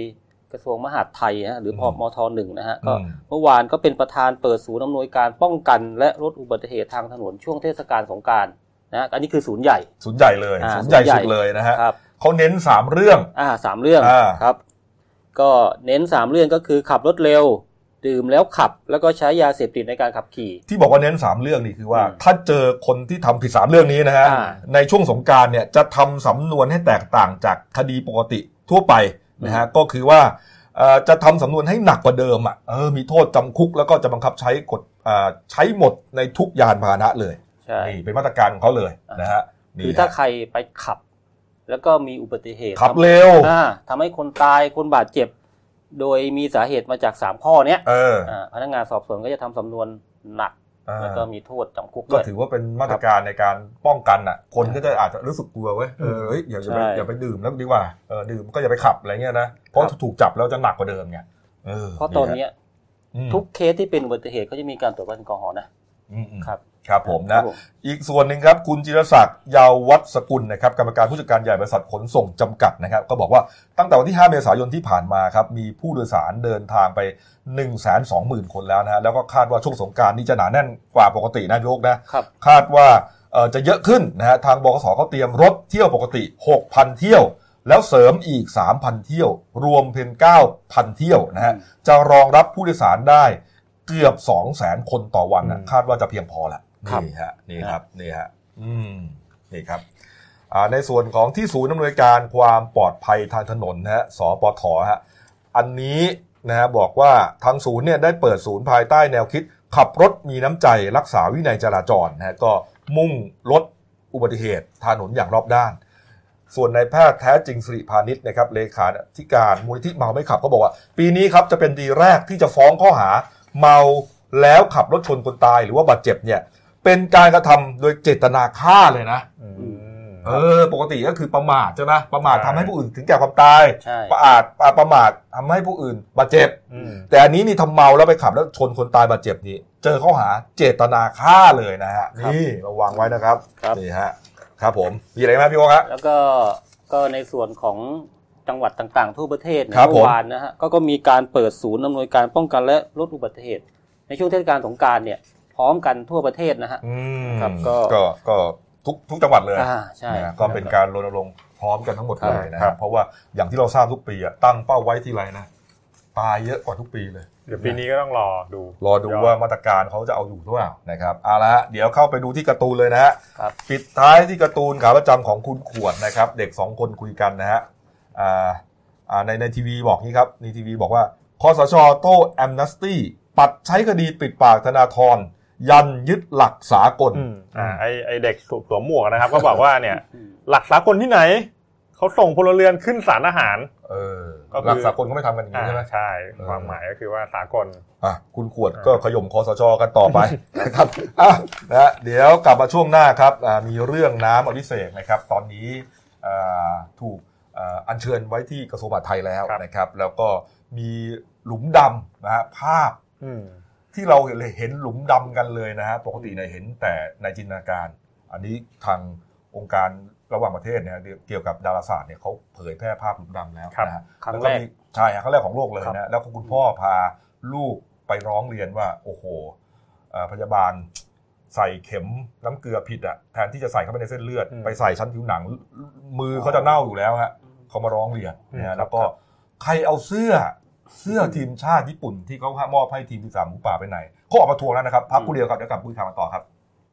กระทรวงมหาดไทยนะหรือพมทหนึ่งนะฮะก็เมื่อวานก็เป็นประธานเปิดศูนย์อำนวยการป้องกันและลดอุบัติเหตุทางถนนช่วงเทศกาลสงกรานต์นะอันนี้คือศูนย์ใหญ่ศูนย์ใหญ่เลยศูนย์ใหญ่สุดเลยนะฮะเขาเน้นสามเรื่องอ่าสามเรื่องครับก็เน้นสามเรื่องก็คือขับรถเร็วดื่มแล้วขับแล้วก็ใช้ยาเสพติดในการขับขี่ที่บอกว่าเน้นสามเรื่องนี่คือว่าถ้าเจอคนที่ทำผิดสามเรื่องนี้นะฮะในช่วงสงกรานต์เนี่ยจะทำสำนวนให้แตกต่างจากคดีปกติทั่วไปนะฮะก็คือว่าจะทำสำนวนให้หนักกว่าเดิมอ่ะเออมีโทษจำคุกแล้วก็จะบังคับใช้กฎใช้หมดในทุกยานพาหนะเลยนี่เป็นมาตรการของเขาเลยนะฮะคือถ้าใครไปขับแล้วก็มีอุบัติเหตุขับเร็วทำให้คนตายคนบาดเจ็บโดยมีสาเหตุมาจากสามข้อเนี้ยพนักงานสอบสวนก็จะทำสำนวนหนักแล้วก็มีโทษจำคุกก็ถือว่าเป็นมาตรการในการป้องกันอ่ะคนก็จะอาจจะรู้สึกกลัวเว้ยเอออย่าอย่าไปอย่าไปดื่มแล้วดีกว่าเออดื่มก็อย่าไปขับอะไรเงี้ยนะเพราะถูกจับแล้วจะหนักกว่าเดิมไงเพราะตอนนี้ทุกเคสที่เป็นอุบัติเหตุเขาจะมีการตรวจวัดแอลกอฮอล์นะครับครับผมนะอีกส่วนหนึ่งครับคุณจิรศักดิ์เยาววัฒน์สกุลนะครับกรรมการผู้จัดการใหญ่บริษัทขนส่งจำกัดนะครับก็บอกว่าตั้งแต่วันที่ห้าเมษายนที่ผ่านมาครับมีผู้โดยสารเดินทางไป หนึ่งแสนสองหมื่น คนแล้วนะฮะแล้วก็คาดว่าช่วงสงกรานต์นี้จะหนาแน่นกว่าปกตินะพี่โอ๊คนะคาดว่าเอ่อจะเยอะขึ้นนะฮะทางบขสเขาเตรียมรถเที่ยวปกติ หกพัน เที่ยวแล้วเสริมอีก สามพัน เที่ยวรวมเป็น เก้าพัน เที่ยวนะฮะจะรองรับผู้โดยสารได้เกือบ สองแสน คนต่อวันนะคาดว่าจะเพียงพอละนี่ฮะนี่ครับนี่ฮะอืมนี่ครับอ่าในส่วนของที่ศูนย์อำนวยการความปลอดภัยทางถนนนะฮะสปท.ฮะอันนี้นะฮะบอกว่าทางศูนย์เนี่ยได้เปิดศูนย์ภายใต้แนวคิดขับรถมีน้ำใจรักษาวินัยจราจรนะฮะก็มุ่งลดอุบัติเหตุทางถนนอย่างรอบด้านส่วนนายแพทย์แท้จริงสิริพานิชนะครับเลขาธิการมูลนิธิเมาไม่ขับก็บอกว่าปีนี้ครับจะเป็นปีแรกที่จะฟ้องข้อหาเมาแล้วขับรถชนคนตายหรือว่าบาดเจ็บเนี่ยเป็นการกระทำโดยเจตนาฆ่าเลยนะเออปกติก็คือประมาทใช่ไหมประมาททำให้ผู้อื่นถึงแก่ความตายประมาทประมาททำให้ผู้อื่นบาดเจ็บแต่อันนี้นี่ทำเมาแล้วไปขับแล้วชนคนตายบาดเจ็บนี่เจอข้อหาเจตนาฆ่าเลยนะฮะนี่ระวังไว้นะครับนี่ฮะครับผมมีอะไรไหมพี่โอ๊คครับแล้วก็ก็ในส่วนของจังหวัดต่างๆทั่วประเทศเมื่อวานนะฮะก็ก็มีการเปิดศูนย์อำนวยการป้องกันและลดอุบัติเหตุในช่วงเทศกาลสงกรานต์เนี่ยพร้อมกันทั่วประเทศนะฮะครับก็ก็ก็ทุกทุกจังหวัดเลยใช่ก็เป็นการรณรงค์พร้อมกันทั้งหมดเลยนะครับเพราะว่าอย่างที่เราทราบทุกปีอ่ะตั้งเป้าไว้ที่ไรนะตายเยอะกว่าทุกปีเลยเดี๋ยวปีนี้ก็ต้องรอดูรอดูว่ามาตรการเขาจะเอาอยู่หรือเปล่านะครับเอาละฮะเดี๋ยวเข้าไปดูที่การ์ตูนเลยนะฮะปิดท้ายที่การ์ตูนขาประจำของคุณขวดนะครับเด็กสองคนคุยกันนะฮะอ่าอ่าในในทีวีบอกนี้ครับในทีวีบอกว่าคสช.โต้แอมเนสตี้ปัดใช้คดีปิดปากธนาธรยันยึดหลักสากลอ่าไอไอเด็กสวมหมวกนะครับก็บอกว่าเนี่ยหลักสากลที่ไหนเขาส่งพลเรือนขึ้นศาลทหารเออหลักสากลก็ไม่ทำกันอย่างนี้ใช่ไหมใช่ความหมายก็คือว่าสากลอ่ะคุณขวดก็ขย่มคสช.กันต่อไปนะครับอ่ะนะเดี๋ยวกลับมาช่วงหน้าครับมีเรื่องน้ำอภิเษกนะครับตอนนี้ถูกอัญเชิญไว้ที่กระทรวงมหาดไทยแล้วนะครับแล้วก็มีหลุมดำนะฮะภาพที่เราเห็นหลุมดำกันเลยนะฮะปกติเนี่ยเห็นแต่ในจินตนาการอันนี้ทางองค์การระหว่างประเทศเนี่ยเกี่ยวกับดาราศาสตร์เนี่ยเขาเผยแพร่ภาพหลุมดำแล้วนะฮะแล้วก็มีใช่ครั้งแรกของโลกเลยนะแล้วก็คุณพ่อพาลูกไปร้องเรียนว่าโอ้โหพยาบาลใส่เข็มน้ำเกลือผิดอ่ะแทนที่จะใส่เข้าไปในเส้นเลือดไปใส่ชั้นผิวหนังมือเขาจะเน่าอยู่แล้วฮะเขามาร้องเรียนนะแล้วก็ใครเอาเสื้อเสื้อทีมชาติญี่ปุ่นที่เขามอบให้ทีมที่สามหมูป่าไปไหนเขาออกมาทวงแล้วนะครับพักกูเดียวครับเดี๋ยวกลับคุยข่าวกันต่อครับ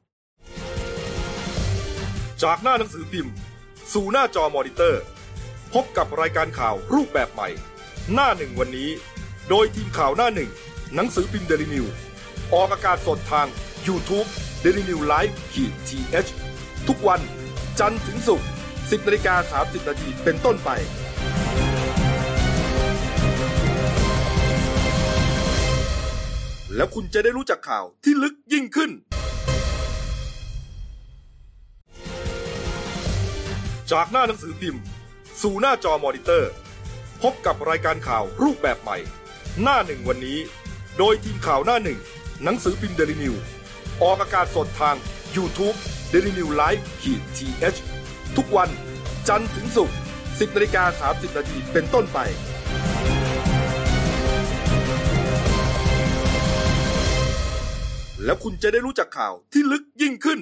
จากหน้าหนังสือพิมพ์สู่หน้าจอมอนิเตอร์พบกับรายการข่าวรูปแบบใหม่หน้าหนึ่งวันนี้โดยทีมข่าวหน้าหนึ่งหนังสือพิมพ์ Daily News ออกอากาศสดทาง YouTube Daily News Live ที เอช ทุกวันจันทร์ถึงศุกร์ สิบนาฬิกาสามสิบนาทีเป็นต้นไปแล้วคุณจะได้รู้จักข่าวที่ลึกยิ่งขึ้นจากหน้าหนังสือพิมพ์สู่หน้าจอมอนิเตอร์พบกับรายการข่าวรูปแบบใหม่หน้าหนึ่งวันนี้โดยทีมข่าวหน้าหนึ่งหนังสือพิมพ์ Daily News ออกอากาศสดทาง YouTube Daily News Live ที เอช ทุกวันจันทร์ถึงศุกร์ สิบนาฬิกาสามสิบนาทีเป็นต้นไปแล้วคุณจะได้รู้จักข่าวที่ลึกยิ่งขึ้น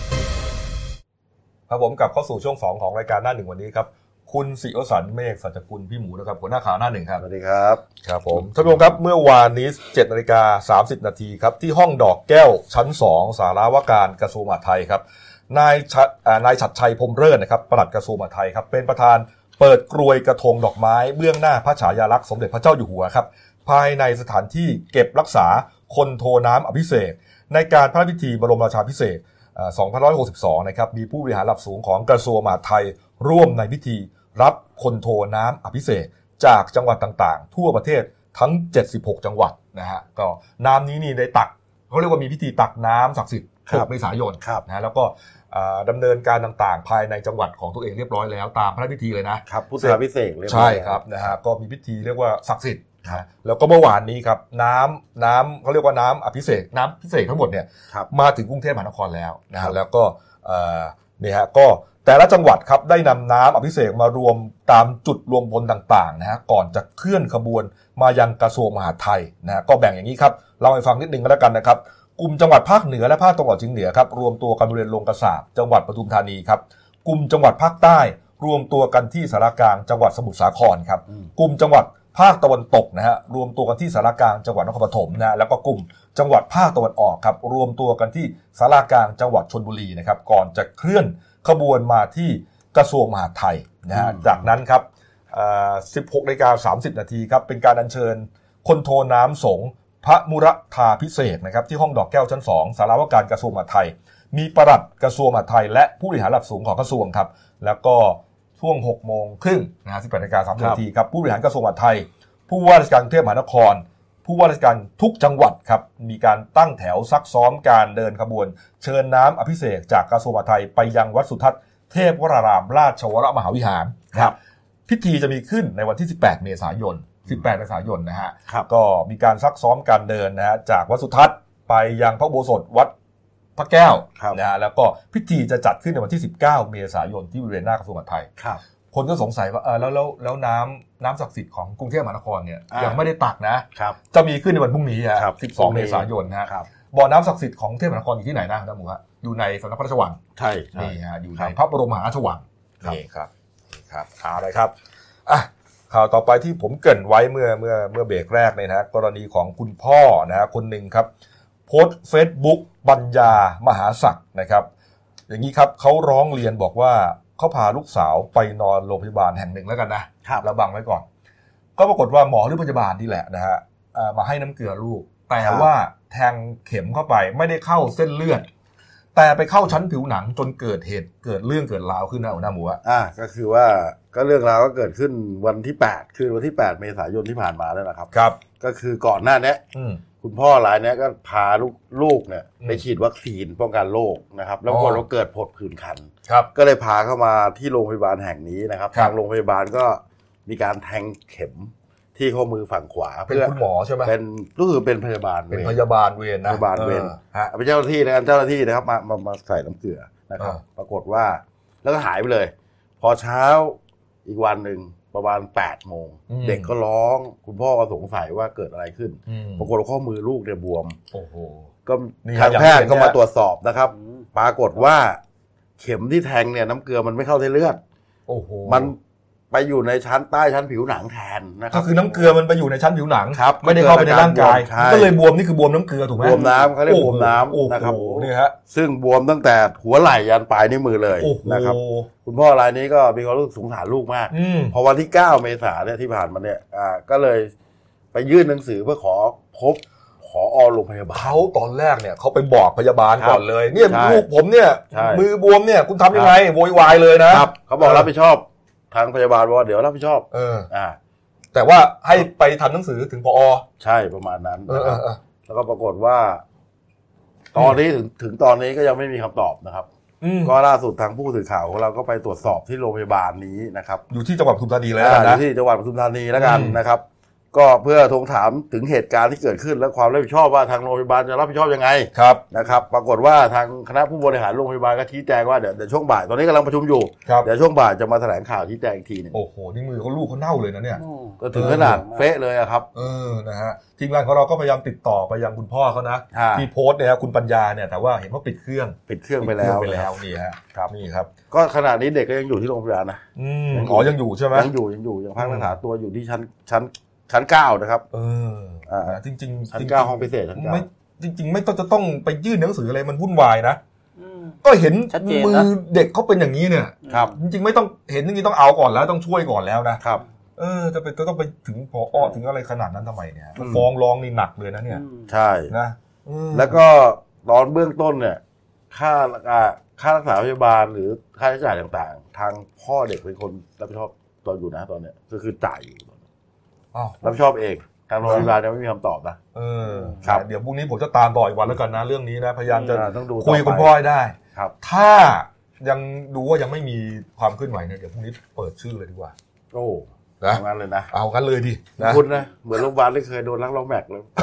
ครับผมกลับเข้าสู่ช่วงสองของรายการหน้าหนึ่งวันนี้ครับคุณศิวสันต์เมฆสัจกุลพี่หมูนะครับหัวหน้าข่าวหน้าหนึ่งครับสวัสดีครับครับผมท่านผู้ชมครับเมื่อวานนี้ เจ็ดนาฬิกาสามสิบนาทีครับที่ห้องดอกแก้วชั้นสองสาราว่าการกระทรวงมหาดไทยครับนายชัดนายฉัตรชัยพรหมเลิศนะครับปลัดกระทรวงมหาดไทยครับเป็นประธานเปิดกรวยกระทงดอกไม้เบื้องหน้าพระฉายาลักษณ์สมเด็จพระเจ้าอยู่หัวครับภายในสถานที่เก็บรักษาคนโทน้ำอภิเษกในการพระราชพิธีบรมราชาภิเษกสองพันห้าร้อยหกสิบสองนะครับมีผู้บริหารระดับสูงของกระทรวงมหาดไทยร่วมในพิธีรับคนโทน้ำอภิเษกจากจังหวัดต่างๆทั่วประเทศทั้งเจ็ดสิบหกจังหวัดนะฮะก็น้ำนี้นี่ได้ตักเขาเรียกว่ามีพิธีตักน้ำศักดิ์สิทธิ์หกเมษายนนะฮะแล้วก็ดำเนินการต่างๆภายในจังหวัดของตัวเองเรียบร้อยแล้วตามพระราชพิธีเลยนะครับพุทธาภิเษกเรียบร้อยใช่ครับนะฮะก็มีพิธีเรียกว่าศักดิ์สิทธิ์นะแล้วก็เมื่อวานนี้ครับน้ำน้ำเขาเรียกว่าน้ำอภิเษกน้ำพิเศษทั้งหมดเนี่ยมาถึงกรุงเทพมหานครแล้วนะฮะแล้วก็เนี่ยฮะก็แต่ละจังหวัดครับได้นำน้ำอภิเษกมารวมตามจุดรวมพลต่างๆนะฮะก่อนจะเคลื่อนขบวนมายังกระทรวงมหาดไทยนะฮะก็แบ่งอย่างนี้ครับเล่าให้ฟังนิดนึงก็แล้วกันนะครับกลุ่มจังหวัดภาคเหนือและภาคตะวันออกเฉียงเหนือครับรวมตัวกันบริเวณโรงกระสาบจังหวัดปทุมธานีครับกลุ่มจังหวัดภาคใต้รวมตัวกันที่สารกลางจังหวัดสมุทรสาครครับกลุ่มจังหวัดภาคตะวันตกนะฮะรวมตัวกันที่สารกลางจังหวัดนครปฐมนะแล้วก็กลุ่มจังหวัดภาคตะวันออกครับรวมตัวกันที่สารกลางจังหวัดชลบุรีนะครับก่อนจะเคลื่อนขบวนมาที่กระทรวงมหาดไทยนะฮะจากนั้นครับสิบหกนาฬิกาสามสิบนาทีครับเป็นการอัญเชิญคนโทน้ำสงฆ์พระมุรธาภิเษกนะครับที่ห้องดอกแก้วชั้นสองสาราว่าการกระทรวงมหาดไทยมีปลัดกระทรวงมหาดไทยและผู้บริหารระดับสูงของกระทรวงครับแล้วก็ช่วงหกโมงครึ่งนะฮะสิบแปดนาฬิกาสามสิบนาทีครับผู้บริหารกระทรวงมหาดไทยผู้ว่าราชการกรุงเทพมหานครผู้ว่าราชการทุกจังหวัดครับมีการตั้งแถวซักซ้อมการเดินขบวนเชิญน้ำอภิเษกจากกระทรวงมหาดไทยไปยังวัดสุทัศน์เทพวรารามราชวรมหาวิหารครับพิธีจะมีขึ้นในวันที่สิบแปดเมษายนสิบแปดเมษายนนะฮะก็มีการซักซ้อมการเดินนะฮะจากวัดสุทัศน์ไปยังพระอุโบสถวัดพระแก้วนะฮะแล้วก็พิธีจะจัดขึ้นในวันที่สิบเก้าเมษายนที่บริเวณหน้ากระทรวงมหาดไทยคนก็สงสัยว่าเออแล้วแล้วแล้วน้ำน้ำศักดิ์สิทธิ์ของกรุงเทพมหานครเนี่ยยังไม่ได้ตักนะจะมีขึ้นในวันพรุ่งนี้อ่ะสิบสองเมษายนนะฮะบ่อน้ำศักดิ์สิทธิ์ของกรุงเทพมหานครอยู่ที่ไหนนะท่านหมูฮะอยู่ในสำนักพระราชวังใช่นี่ฮะอยู่ในพระบรมมหาราชวังนี่ครับนี่ครับเอาเลยครับอ่ะข่าวต่อไปที่ผมเกริ่นไว้เมื่อเมื่อเมื่อเบรกแรกเลยนะกรณีของคุณพ่อนะฮะคนหนึ่งครับโพสต์ Facebook ปัญญามหาศักดิ์นะครับอย่างนี้ครับเขาร้องเรียนบอกว่าเขาพาลูกสาวไปนอนโรงพยาบาลแห่งหนึ่งแล้วกันนะระบังไว้ก่อนก็ปรากฏว่าหมอหรือพยาบาลนี่แหละนะฮะมาให้น้ำเกลือลูกแต่ว่าแทงเข็มเข้าไปไม่ได้เข้าเส้นเลือดแต่ไปเข้าชั้นผิวหนังจนเกิดเหตุเกิดเรื่องเกิดราวขึ้นนะหัวหน้าหมูอ่ะอ่าก็คือว่าก็เรื่องราวก็เกิดขึ้นวันที่แปดคือวันที่แปดเมษายนที่ผ่านมาแล้วนะครับครับก็คือก่อนหน้านี้คุณพ่อรายนี้ก็พาลูกลูกเนี่ยไปฉีดวัคซีนป้องกันโรคนะครับแล้วปรากฏว่าเกิดผดผื่นคันก็เลยพาเข้ามาที่โรงพยาบาลแห่งนี้นะครับทางโรงพยาบาลก็มีการแทงเข็มที่ข้อมือฝั่งขวาเป็นคุณหมอใช่ไหมเป็นรู้สึกเป็นพยาบาลเป็นพยาบาลเวรนะพยาบาลเวรเป็นเจ้าหน้าที่นะครับเจ้าหน้าที่นะครับมามามาใส่น้ำเกลือนะครับปรากฏว่าแล้วก็หายไปเลยพอเช้าอีกวันหนึ่งประมาณแปดโมงเด็กก็ร้องคุณพ่อก็สงสัยว่าเกิดอะไรขึ้นปรากฏว่าข้อมือลูกเนี่ยบวมโอ้โหก็ทางแพทย์ก็มาตรวจสอบนะครับปรากฏว่าเข็มที่แทงเนี่ยน้ำเกลือมันไม่เข้าเส้นเลือดโอ้โหมันไปอยู่ในชั้นใต้ชั้นผิวหนังแทนนะครับก็คือน้ำเกลือมันไปอยู่ในชั้นผิวหนังไม่ได้เข้าไปในร่างกายก็เลยบวมนี่คือบวมน้ำเกลือถูกไหมบวมน้ำเขาเรียกบวมน้ำนะครับนี่ฮะซึ่งบวมตั้งแต่หัวไหล่ยันปลายนิ้วมือเลยนะครับคุณพ่อรายนี้ก็มีความรู้สึกสงสารลูกมากพอวันที่เก้าเมษายนเนี่ยที่ผ่านมาเนี่ยอ่าก็เลยไปยื่นหนังสือเพื่อขอพบขออโรงพยาบาลเขาตอนแรกเนี่ยเขาไปบอกพยาบาลก่อนเลยเนี่ยลูกผมเนี่ยมือบวมเนี่ยคุณทำยังไงโวยวายเลยนะเขาบอกรับผิดชอบทางพยาบาลว่าเดี๋ยวรับผิดชอบเอออ่าแต่ว่าให้ไปทำหนังสือถึงผอ. ใช่ประมาณนั้นนะครับแล้วก็ปรากฏว่าตอนนี้ถึงถึงตอนนี้ก็ยังไม่มีคำตอบนะครับก็ล่าสุดทางผู้สื่อข่าวของเราก็ไปตรวจสอบที่โรงพยาบาลนี้นะครับอยู่ที่จังหวัดปทุมธานีเลยนะอยู่ที่จังหวัดปทุมธานีแล้วกันนะครับก็เพื่อทวงถามถึงเหตุการณ์ที่เกิดขึ้นและความรับผิดชอบว่าทางโรงพยาบาลจะรับผิดชอบยังไงครับนะครับปรากฏว่าทางคณะผู้บริหารโรงพยาบาลก็ชี้แจงว่าเดี๋ยวเดี๋ยวช่วงบ่ายตอนนี้กำลังประชุมอยู่เดี๋ยวช่วงบ่ายจะมาแถลงข่าวชี้แจงอีกทีนึงโอ้โหนี่มือเขาลูกเขาเน่าเลยนะเนี่ยก็ถึงขนาดเฟะเลยครับเออนะฮะทีมงานของเราก็พยายามติดต่อไปยังคุณพ่อเขานะที่โพสต์เนี่ยคุณปัญญาเนี่ยแต่ว่าเห็นว่าปิดเครื่องปิดเครื่องไปแล้วไปแล้วนี่ฮะครับนี่ครับก็ขณะนี้เด็กก็ยังอยู่ที่โรงพยาบาลนะอ๋อยังอยู่ใช่ไหมยังอยู่ยังอยู่ยังพักรักษาตัวอยู่ที่ชั้นชั้นชั้นเก้านะครับเอออ่าจริงๆชั้นเก้าห้องพิเศษชั้นเก้าไม่จริงๆไม่ต้องจะต้องไปยื่นหนังสืออะไรมันวุ่นวายนะก็เห็นมือเด็กเขาเป็นอย่างนี้เนี่ยครับจริงๆไม่ต้องเห็นอย่างนี้ต้องเอาก่อนแล้วต้องช่วยก่อนแล้วนะครับเออจะไปต้องไปถึงพอถึงอะไรขนาดนั้นทำไมเนี่ยฟ้องร้องนี่หนักเลยนะเนี่ยใช่นะแล้วก็ตอนเบื้องต้นเนี่ยค่าค่ารักษาพยาบาลหรือค่าใช้จ่ายต่างๆทางพ่อเด็กเป็นคนรับผิดชอบตอนอยู่นะตอนเนี้ยก็คือจ่ายอยู่รับผิดชอบเองทางโรงพยาบาลยังไม่มีคำตอบนะเออครับเดี๋ยวพรุ่งนี้ผมจะตามต่ออีกวันแล้วกันนะเรื่องนี้นะพยายามจะคุยกับคุณพ่อให้ได้ครับถ้ายังดูว่ายังไม่มีความเคลื่อนไหวเนี่ยเดี๋ยวพรุ่งนี้เปิดชื่อเลยดีกว่าโอ้นะงั้นเลยนะเอากันเลยดินะคุณนะเหมือนโรงพยาบาลที่เคยโดนลักล้อแม็กเลย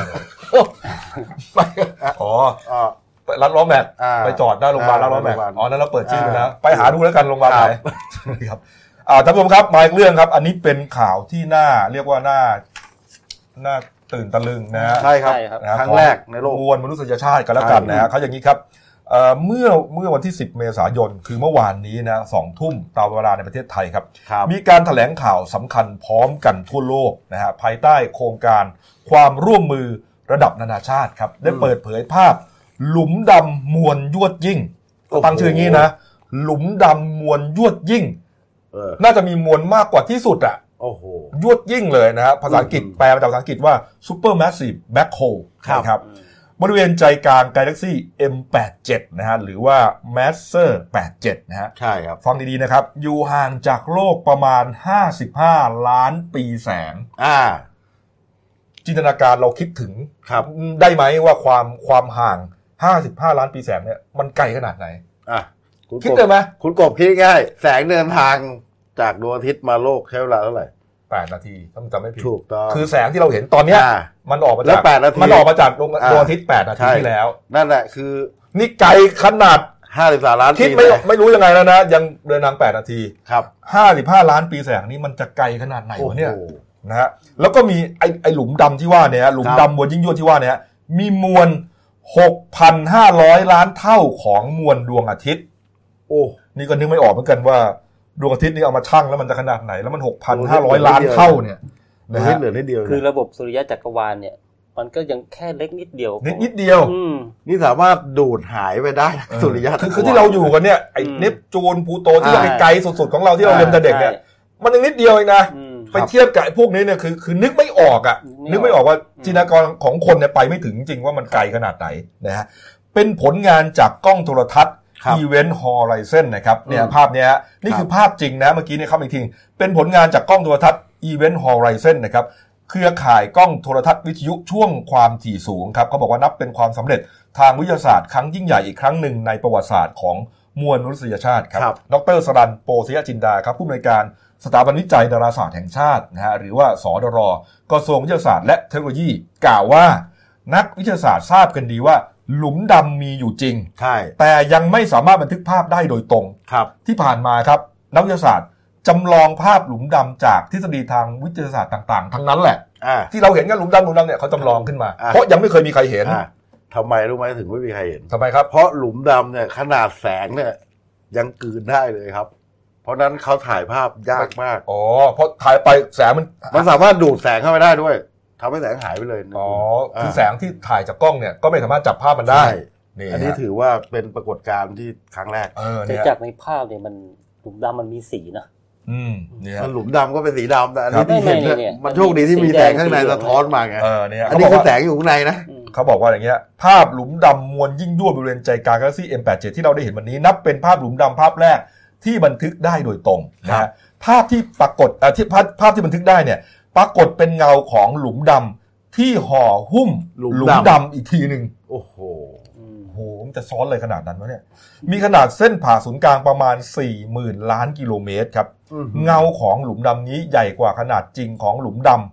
อ๋อรัดล้อแม็กไปจอดหน้าโรงพยาบาลรัดล้อแม็กอ๋อนั้นเราเปิดชื่อไปแล้วไปหาดูแล้วกันโรงพยาบาลไหนครับอ่าท่านผู้ชมครับมาอีกเรื่องครับอันนี้เป็นข่าวที่น่าเรียกว่าน่าน่าตื่นตะลึงนะฮะใช่ครับครั้งแรกในโลกมวลมนุษยชาติกันแล้วกันนะฮะเขาอย่างนี้ครับเอ่อเมื่อเมื่อวันที่สิบเมษายนคือเมื่อวานนี้นะสองทุ่มตามเวลาในประเทศไทยครับมีการแถลงข่าวสำคัญพร้อมกันทั่วโลกนะฮะภายใต้โครงการความร่วมมือระดับนานาชาติครับได้เปิดเผยภาพหลุมดำมวลยวดยิ่งตั้งชื่ออย่างนี้นะหลุมดำมวลยวดยิ่งน่าจะมีมวลมากกว่าที่สุดอ่ะโอ้โหยวดยิ่งเลยนะฮะภาษาอังกฤษแปลมาจากภาษาอังกฤษว่า Supermassive Black Hole ครับบริเวณใจกลาง Galaxy เอ็ม แปดสิบเจ็ด นะฮะหรือว่า Maser แปดสิบเจ็ด นะฮะใช่ครับฟังดีๆนะครับอยู่ห่างจากโลกประมาณห้าสิบห้าล้านปีแสงอ่าจินตนาการเราคิดถึงครับได้ไหมว่าความความห่างห้าสิบห้าล้านปีแสงเนี่ยมันไกลขนาดไหนอ่ะคิดได้ไหมคุณกบคิดง่ายแสงเดินทางจากดวงอาทิตย์มาโลกใช้เวลาเท่าไหร่แปดนาทีต้องจำไม่ผิดถูกต้องคือแสงที่เราเห็นตอนเนี้ยมันออกมาจากมันออกมาจากดวงดวงอาทิตย์แปดนาทีที่แล้วนั่นแหละคือนี่ไกลขนาดห้าสิบสามล้านปีคิดไม่ไม่รู้ยังไงแล้วนะยังเดินทางแปดนาทีครับห้าสิบห้าล้านปีแสงนี่มันจะไกลขนาดไหนวะเนี่ยนะฮะแล้วก็มีไอ้ไอ้หลุมดำที่ว่าเนี่ยหลุมดำมวลยิ่งยวดที่ว่าเนี่ยมีมวล หกพันห้าร้อย ล้านเท่าของมวลดวงอาทิตย์โอ้นี่ก็นึกไม่ออกเหมือนกันว่าดวงอาทิตย์นี่เอามาชั่งแล้วมันจะขนาดไหนแล้วมัน หกพันห้าร้อย ล้านเท่าเนี่ยนะฮะเหลือนิดเดียวคือระบบสุริยะจักรวาลเนี่ยมันก็ยังแค่เล็กนิดเดียวนิดนิดเดียวนี่สามารถดูดหายไปได้สุริยะคือคือที่เราอยู่กันเนี่ยไอ้เนปจูนพลูโตที่ไกลสุดๆของเราที่เราเรียนแต่เด็กเนี่ยมันยังนิดเดียวเองนะไปเทียบกับพวกนี้เนี่ยคือคือนึกไม่ออกอ่ะนึกไม่ออกว่าจินตนาการของคนเนี่ยไปไม่ถึงจริงว่ามันไกลขนาดไหนนะฮะเป็นผลงานจากกล้องโทรทัศน์ Event Horizon นะครับเนี่ยภาพเนี้ยนี่คือภาพจริงนะเมื่อกี้เนี่ยครับอีกทีเป็นผลงานจากกล้องโทรทัศน์ Event Horizon นะครับเครือข่ายกล้องโทรทัศน์วิทยุช่วงความถี่สูงครับเขาบอกว่านับเป็นความสำเร็จทางวิทยาศาสตร์ครั้งยิ่งใหญ่อีกครั้งหนึ่งในประวัติศาสตร์ของมวลมนุษยชาติครับดร.สรัญ โปสยจินดาครับผู้อำนวยการสถาบันวิจัยดาราศาสตร์แห่งชาตินะฮะหรือว่าสดร.กระทรวงวิทยาศาสตร์และเทคโนโลยีกล่าวว่านักวิทยาศาสตร์ทราบกันดีว่าหลุมดำมีอยู่จริงใช่แต่ยังไม่สามารถบันทึกภาพได้โดยตรงครับที่ผ่านมาครับนักวิทยาศาสตร์จำลองภาพหลุมดำจากทฤษฎีทางวิทยาศาสตร์ต่างๆทั้งนั้นแหละที่เราเห็นกันหลุมดำหลุมดำเนี่ยเขาจำลองขึ้นมาเพราะยังไม่เคยมีใครเห็นทำไมรู้ไหมถึงไม่มีใครเห็นทำไมครับเพราะหลุมดำเนี่ยขนาดแสงเนี่ยยังกลืนได้เลยครับเพราะนั้นเขาถ่ายภาพยากมากอ๋อเพราะถ่ายไปแสงมันมันสามารถดูดแสงเข้าไปได้ด้วยทำให้แสงหายไปเลยอ๋อคือแสงที่ถ่ายจากกล้องเนี่ยก็ไม่สามารถจับภาพมันได้อันนี้ถือว่าเป็นปรากฏการณ์ที่ครั้งแรกแต่จากในภาพเนี่ยมันหลุมดำมันมีสีนะอืมเนี่ยมันหลุมดำก็เป็นสีดำแต่อันนี้ที่เห็นเนี่ยมันโชคดีที่มีแสงข้างในสะท้อนมาไงเออเนี่ยอันนี้คือแสงอยู่ข้างในนะเขาบอกว่าอย่างเงี้ยภาพหลุมดำมวลยิ่งยวดบริเวณใจกลาง Galaxy เอ็ม แปดสิบเจ็ด ที่เราได้เห็นวันนี้นับเป็นภาพหลุมดำภาพแรกที่บันทึกได้โดยตรงนะฮะภาพที่ปรากฏอ่ะที่ภาพภาพที่บันทึกได้เนี่ยปรากฏเป็นเงาของหลุมดำที่ห่อหุ้มหลุมดำอีกทีนึงโอ้โหโหมันจะซ้อนเลยขนาดนั้นวะเนี่ยมีขนาดเส้นผ่าศูนย์กลางประมาณ สี่หมื่น ล้านกิโลเมตรครับเงาของหลุมดำนี้ใหญ่กว่าขนาดจริงของหลุมดำ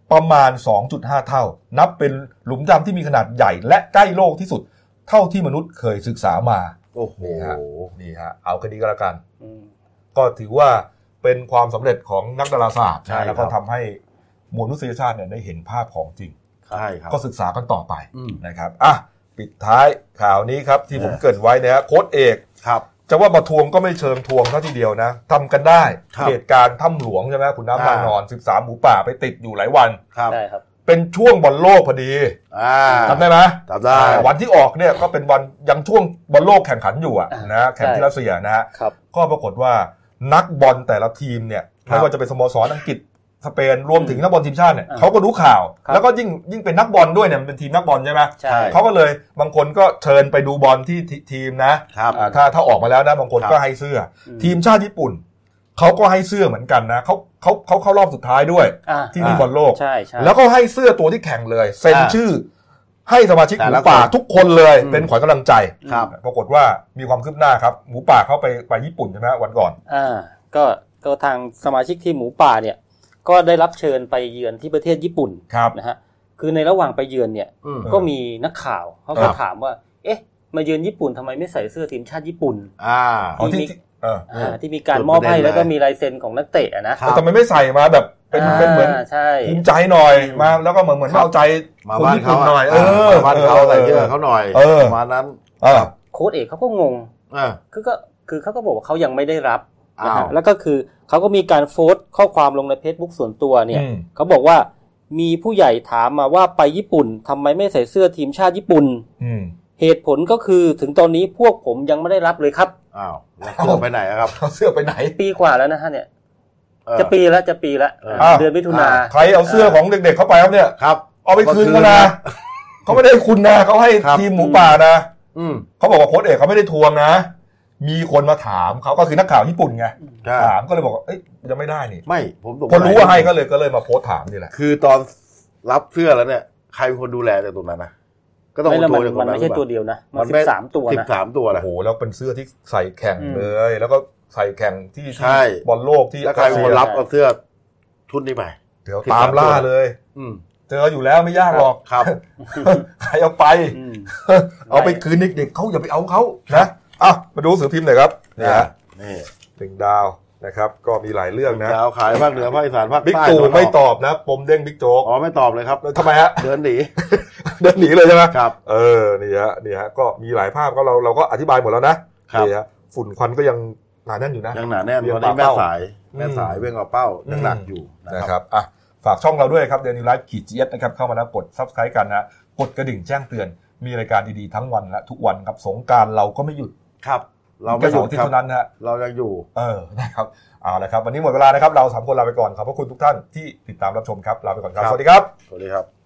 ประมาณ สองจุดห้า เท่านับเป็นหลุมดำที่มีขนาดใหญ่และใกล้โลกที่สุดเท่าที่มนุษย์เคยศึกษามาโอ้โหนี่ฮะนี่ฮะเอาคดีก็แล้วกันก็ถือว่าเป็นความสำเร็จของนักดาราศาสตร์นะแล้วก็ทำให้มวลมนุษยชาติเนี่ยได้เห็นภาพของจริงใช่ครับก็ศึกษากันต่อไปนะครับอ่ะปิดท้ายข่าวนี้ครับที่ผมเกริ่นไว้เนี่ยโค้ชเอกครับจะว่ามาทวงก็ไม่เชิงทวงเท่าทีเดียวนะทำกันได้เหตุการณ์ถ้ำหลวงใช่ไหมคุณน้ำนางนอนสิบสามหมูป่าไปติดอยู่หลายวันใช่ครับเป็นช่วงบอลโลกพอดีทำได้ไหมทำได้วันที่ออกเนี่ยก็เป็นวันยังช่วงบอลโลกแข่งขันอยู่อ่ะนะแข่งที่รัสเซียนะฮะก็ปรากฏว่านักบอลแต่ละทีมเนี่ยไม่ว่าจะเป็นสโมสรอังกฤษสเปนรวมถึงนักบอลทีมชาติเนี่ยเขาก็รู้ข่าวแล้วก็ยิ่งยิ่งเป็นนักบอลด้วยเนี่ยมันเป็นทีมนักบอลใช่ไหมเขาก็เลยบางคนก็เชิญไปดูบอลที่ทีมนะถ้าถ้าออกมาแล้วนะบางคนก็ให้เสื้อทีมชาติญี่ปุ่นเขาก็ให้เสื้อเหมือนกันนะเขาเขาเขาเข้ารอบสุดท้ายด้วยที่นี่บอลโลกแล้วก็ให้เสื้อตัวที่แข่งเลยเซ็นชื่อให้สมาชิกหมูป่าทุกคนเลยเป็นขวัญกำลังใจปรากฏว่ามีความคืบหน้าครับหมูป่าเขาไปไปญี่ปุ่นใช่ไหมวันก่อนอ่าก็ก็ทางสมาชิกทีมหมูป่าเนี่ยก็ได้รับเชิญไปเยือนที่ประเทศญี่ปุ่นนะฮะคือในระหว่างไปเยือนเนี่ยก็มีนักข่าวเขาก็ถามว่าเอ๊ะมาเยือนญี่ปุ่นทำไมไม่ใส่เสื้อทีมชาติญี่ปุ่นอ่าที่มีที่มีการมอบให้แล้วก็มีลายเซ็นของนักเตะนะทำไมไม่ใส่มาแบบเป็นเป็นเหมือนภูมิใจหน่อยมาแล้วก็เหมือนเหมือนเอาใจคนญี่ปุ่นหน่อยเออบ้านเขาใส่เสื้อเขาหน่อยประมาณนั้นโค้ชเอกเขาก็งงคือก็คือเขาก็บอกว่าเขายังไม่ได้รับนะฮะแล้วก็คือเขาก็มีการโพสต์ข้อความลงใน Facebook ส่วนตัวเนี่ยเขาบอกว่ามีผู้ใหญ่ถามมาว่าไปญี่ปุ่นทำไมไม่ใส่เสื้อทีมชาติญี่ปุ่นเหตุผลก็คือถึงตอนนี้พวกผมยังไม่ได้รับเลยครับอ้าวเสื้อไปไหนครับเสื้อไปไหนปีกว่าแล้วนะฮะเนี่ยจะปีแล้วจะปีแล้วเดือนมิถุนาใครเอาเสื้อของเด็กๆเข้าไปครับเนี่ยครับเอาไปคืนกันนะเขาไม่ได้คุณนะเขาให้ทีมหมูป่านะเขาบอกว่าโค้ชเอกเขาไม่ได้ทวงนะมีคนมาถามเขาก็คือนักข่าวญี่ปุ่นไงถามก็เลยบอกว่าเอ้ยยังไม่ได้นี่ไม่ผมพอรู้ว่าให้ก็เลยก็เลยมาโพสต์ถามนี่แหละคือตอนรับเสื้อแล้วเนี่ยใครเป็นคนดูแลแต่ตรงนั้นนะก็ต้องตัวมันไม่ใช่ตัวเดียวนะมันสิบสามตัวนะสิบสามตัวนะโอ้โหแล้วเป็นเสื้อที่ใส่แข่งเลยแล้วก็ใส่แข่งที่บอลโลกที่แล้วใครเป็นคนรับเอาเสื้อชุดนี้ไปเดี๋ยวตามล่าเลยเจออยู่แล้วไม่ยากหรอกครับใครเอาไปเอาไปคืนเด็กๆเขาอย่าไปเอาเขานะอ่ะมาดูสือพิมพ์หน่อยครับนี่ฮะนี่หนึ่งดาวนะครับก็มีหลายเรื่องนะดาวขายภาคเหนือภาคอีสานภาคใต้บิ๊กตู่ไม่ตอบนะปมเด้งบิ๊กโจ๊กอ๋อไม่ตอบเลยครับทำไมฮะเดินหนีเดินหนีเลยใช่ไหมครับเออนี่ฮะนี่ฮะก็มีหลายภาพก็เราเราก็อธิบายหมดแล้วนะนี่ฮะฝุ่นควันก็ยังหนาแน่นอยู่นะยังหนาแน่นตอนนี้แม่สายแม่สายเวียงเอาเป้ายังหนักอยู่นะครับอ่ะฝากช่องเราด้วยครับเดนิวไลฟ์ขีดจีเอสนะครับเข้ามาแล้วกด ซับสไครบ์ กันนะกดกระดิ่งแจ้งเตือนมีรายการดีๆทั้งวันและทุกวันครับสงกรานต์เราก็ไม่หยุดครับเราไม่อยู่ที่เท่านั้นฮะเรายังอยู่เออนะครับเอาละครับวันนี้หมดเวลานะครับเราสามคนลาไปก่อนขอบพระคุณทุกท่านที่ติดตามรับชมครับลาไปก่อนครับสวัสดีครับสวัสดีครับ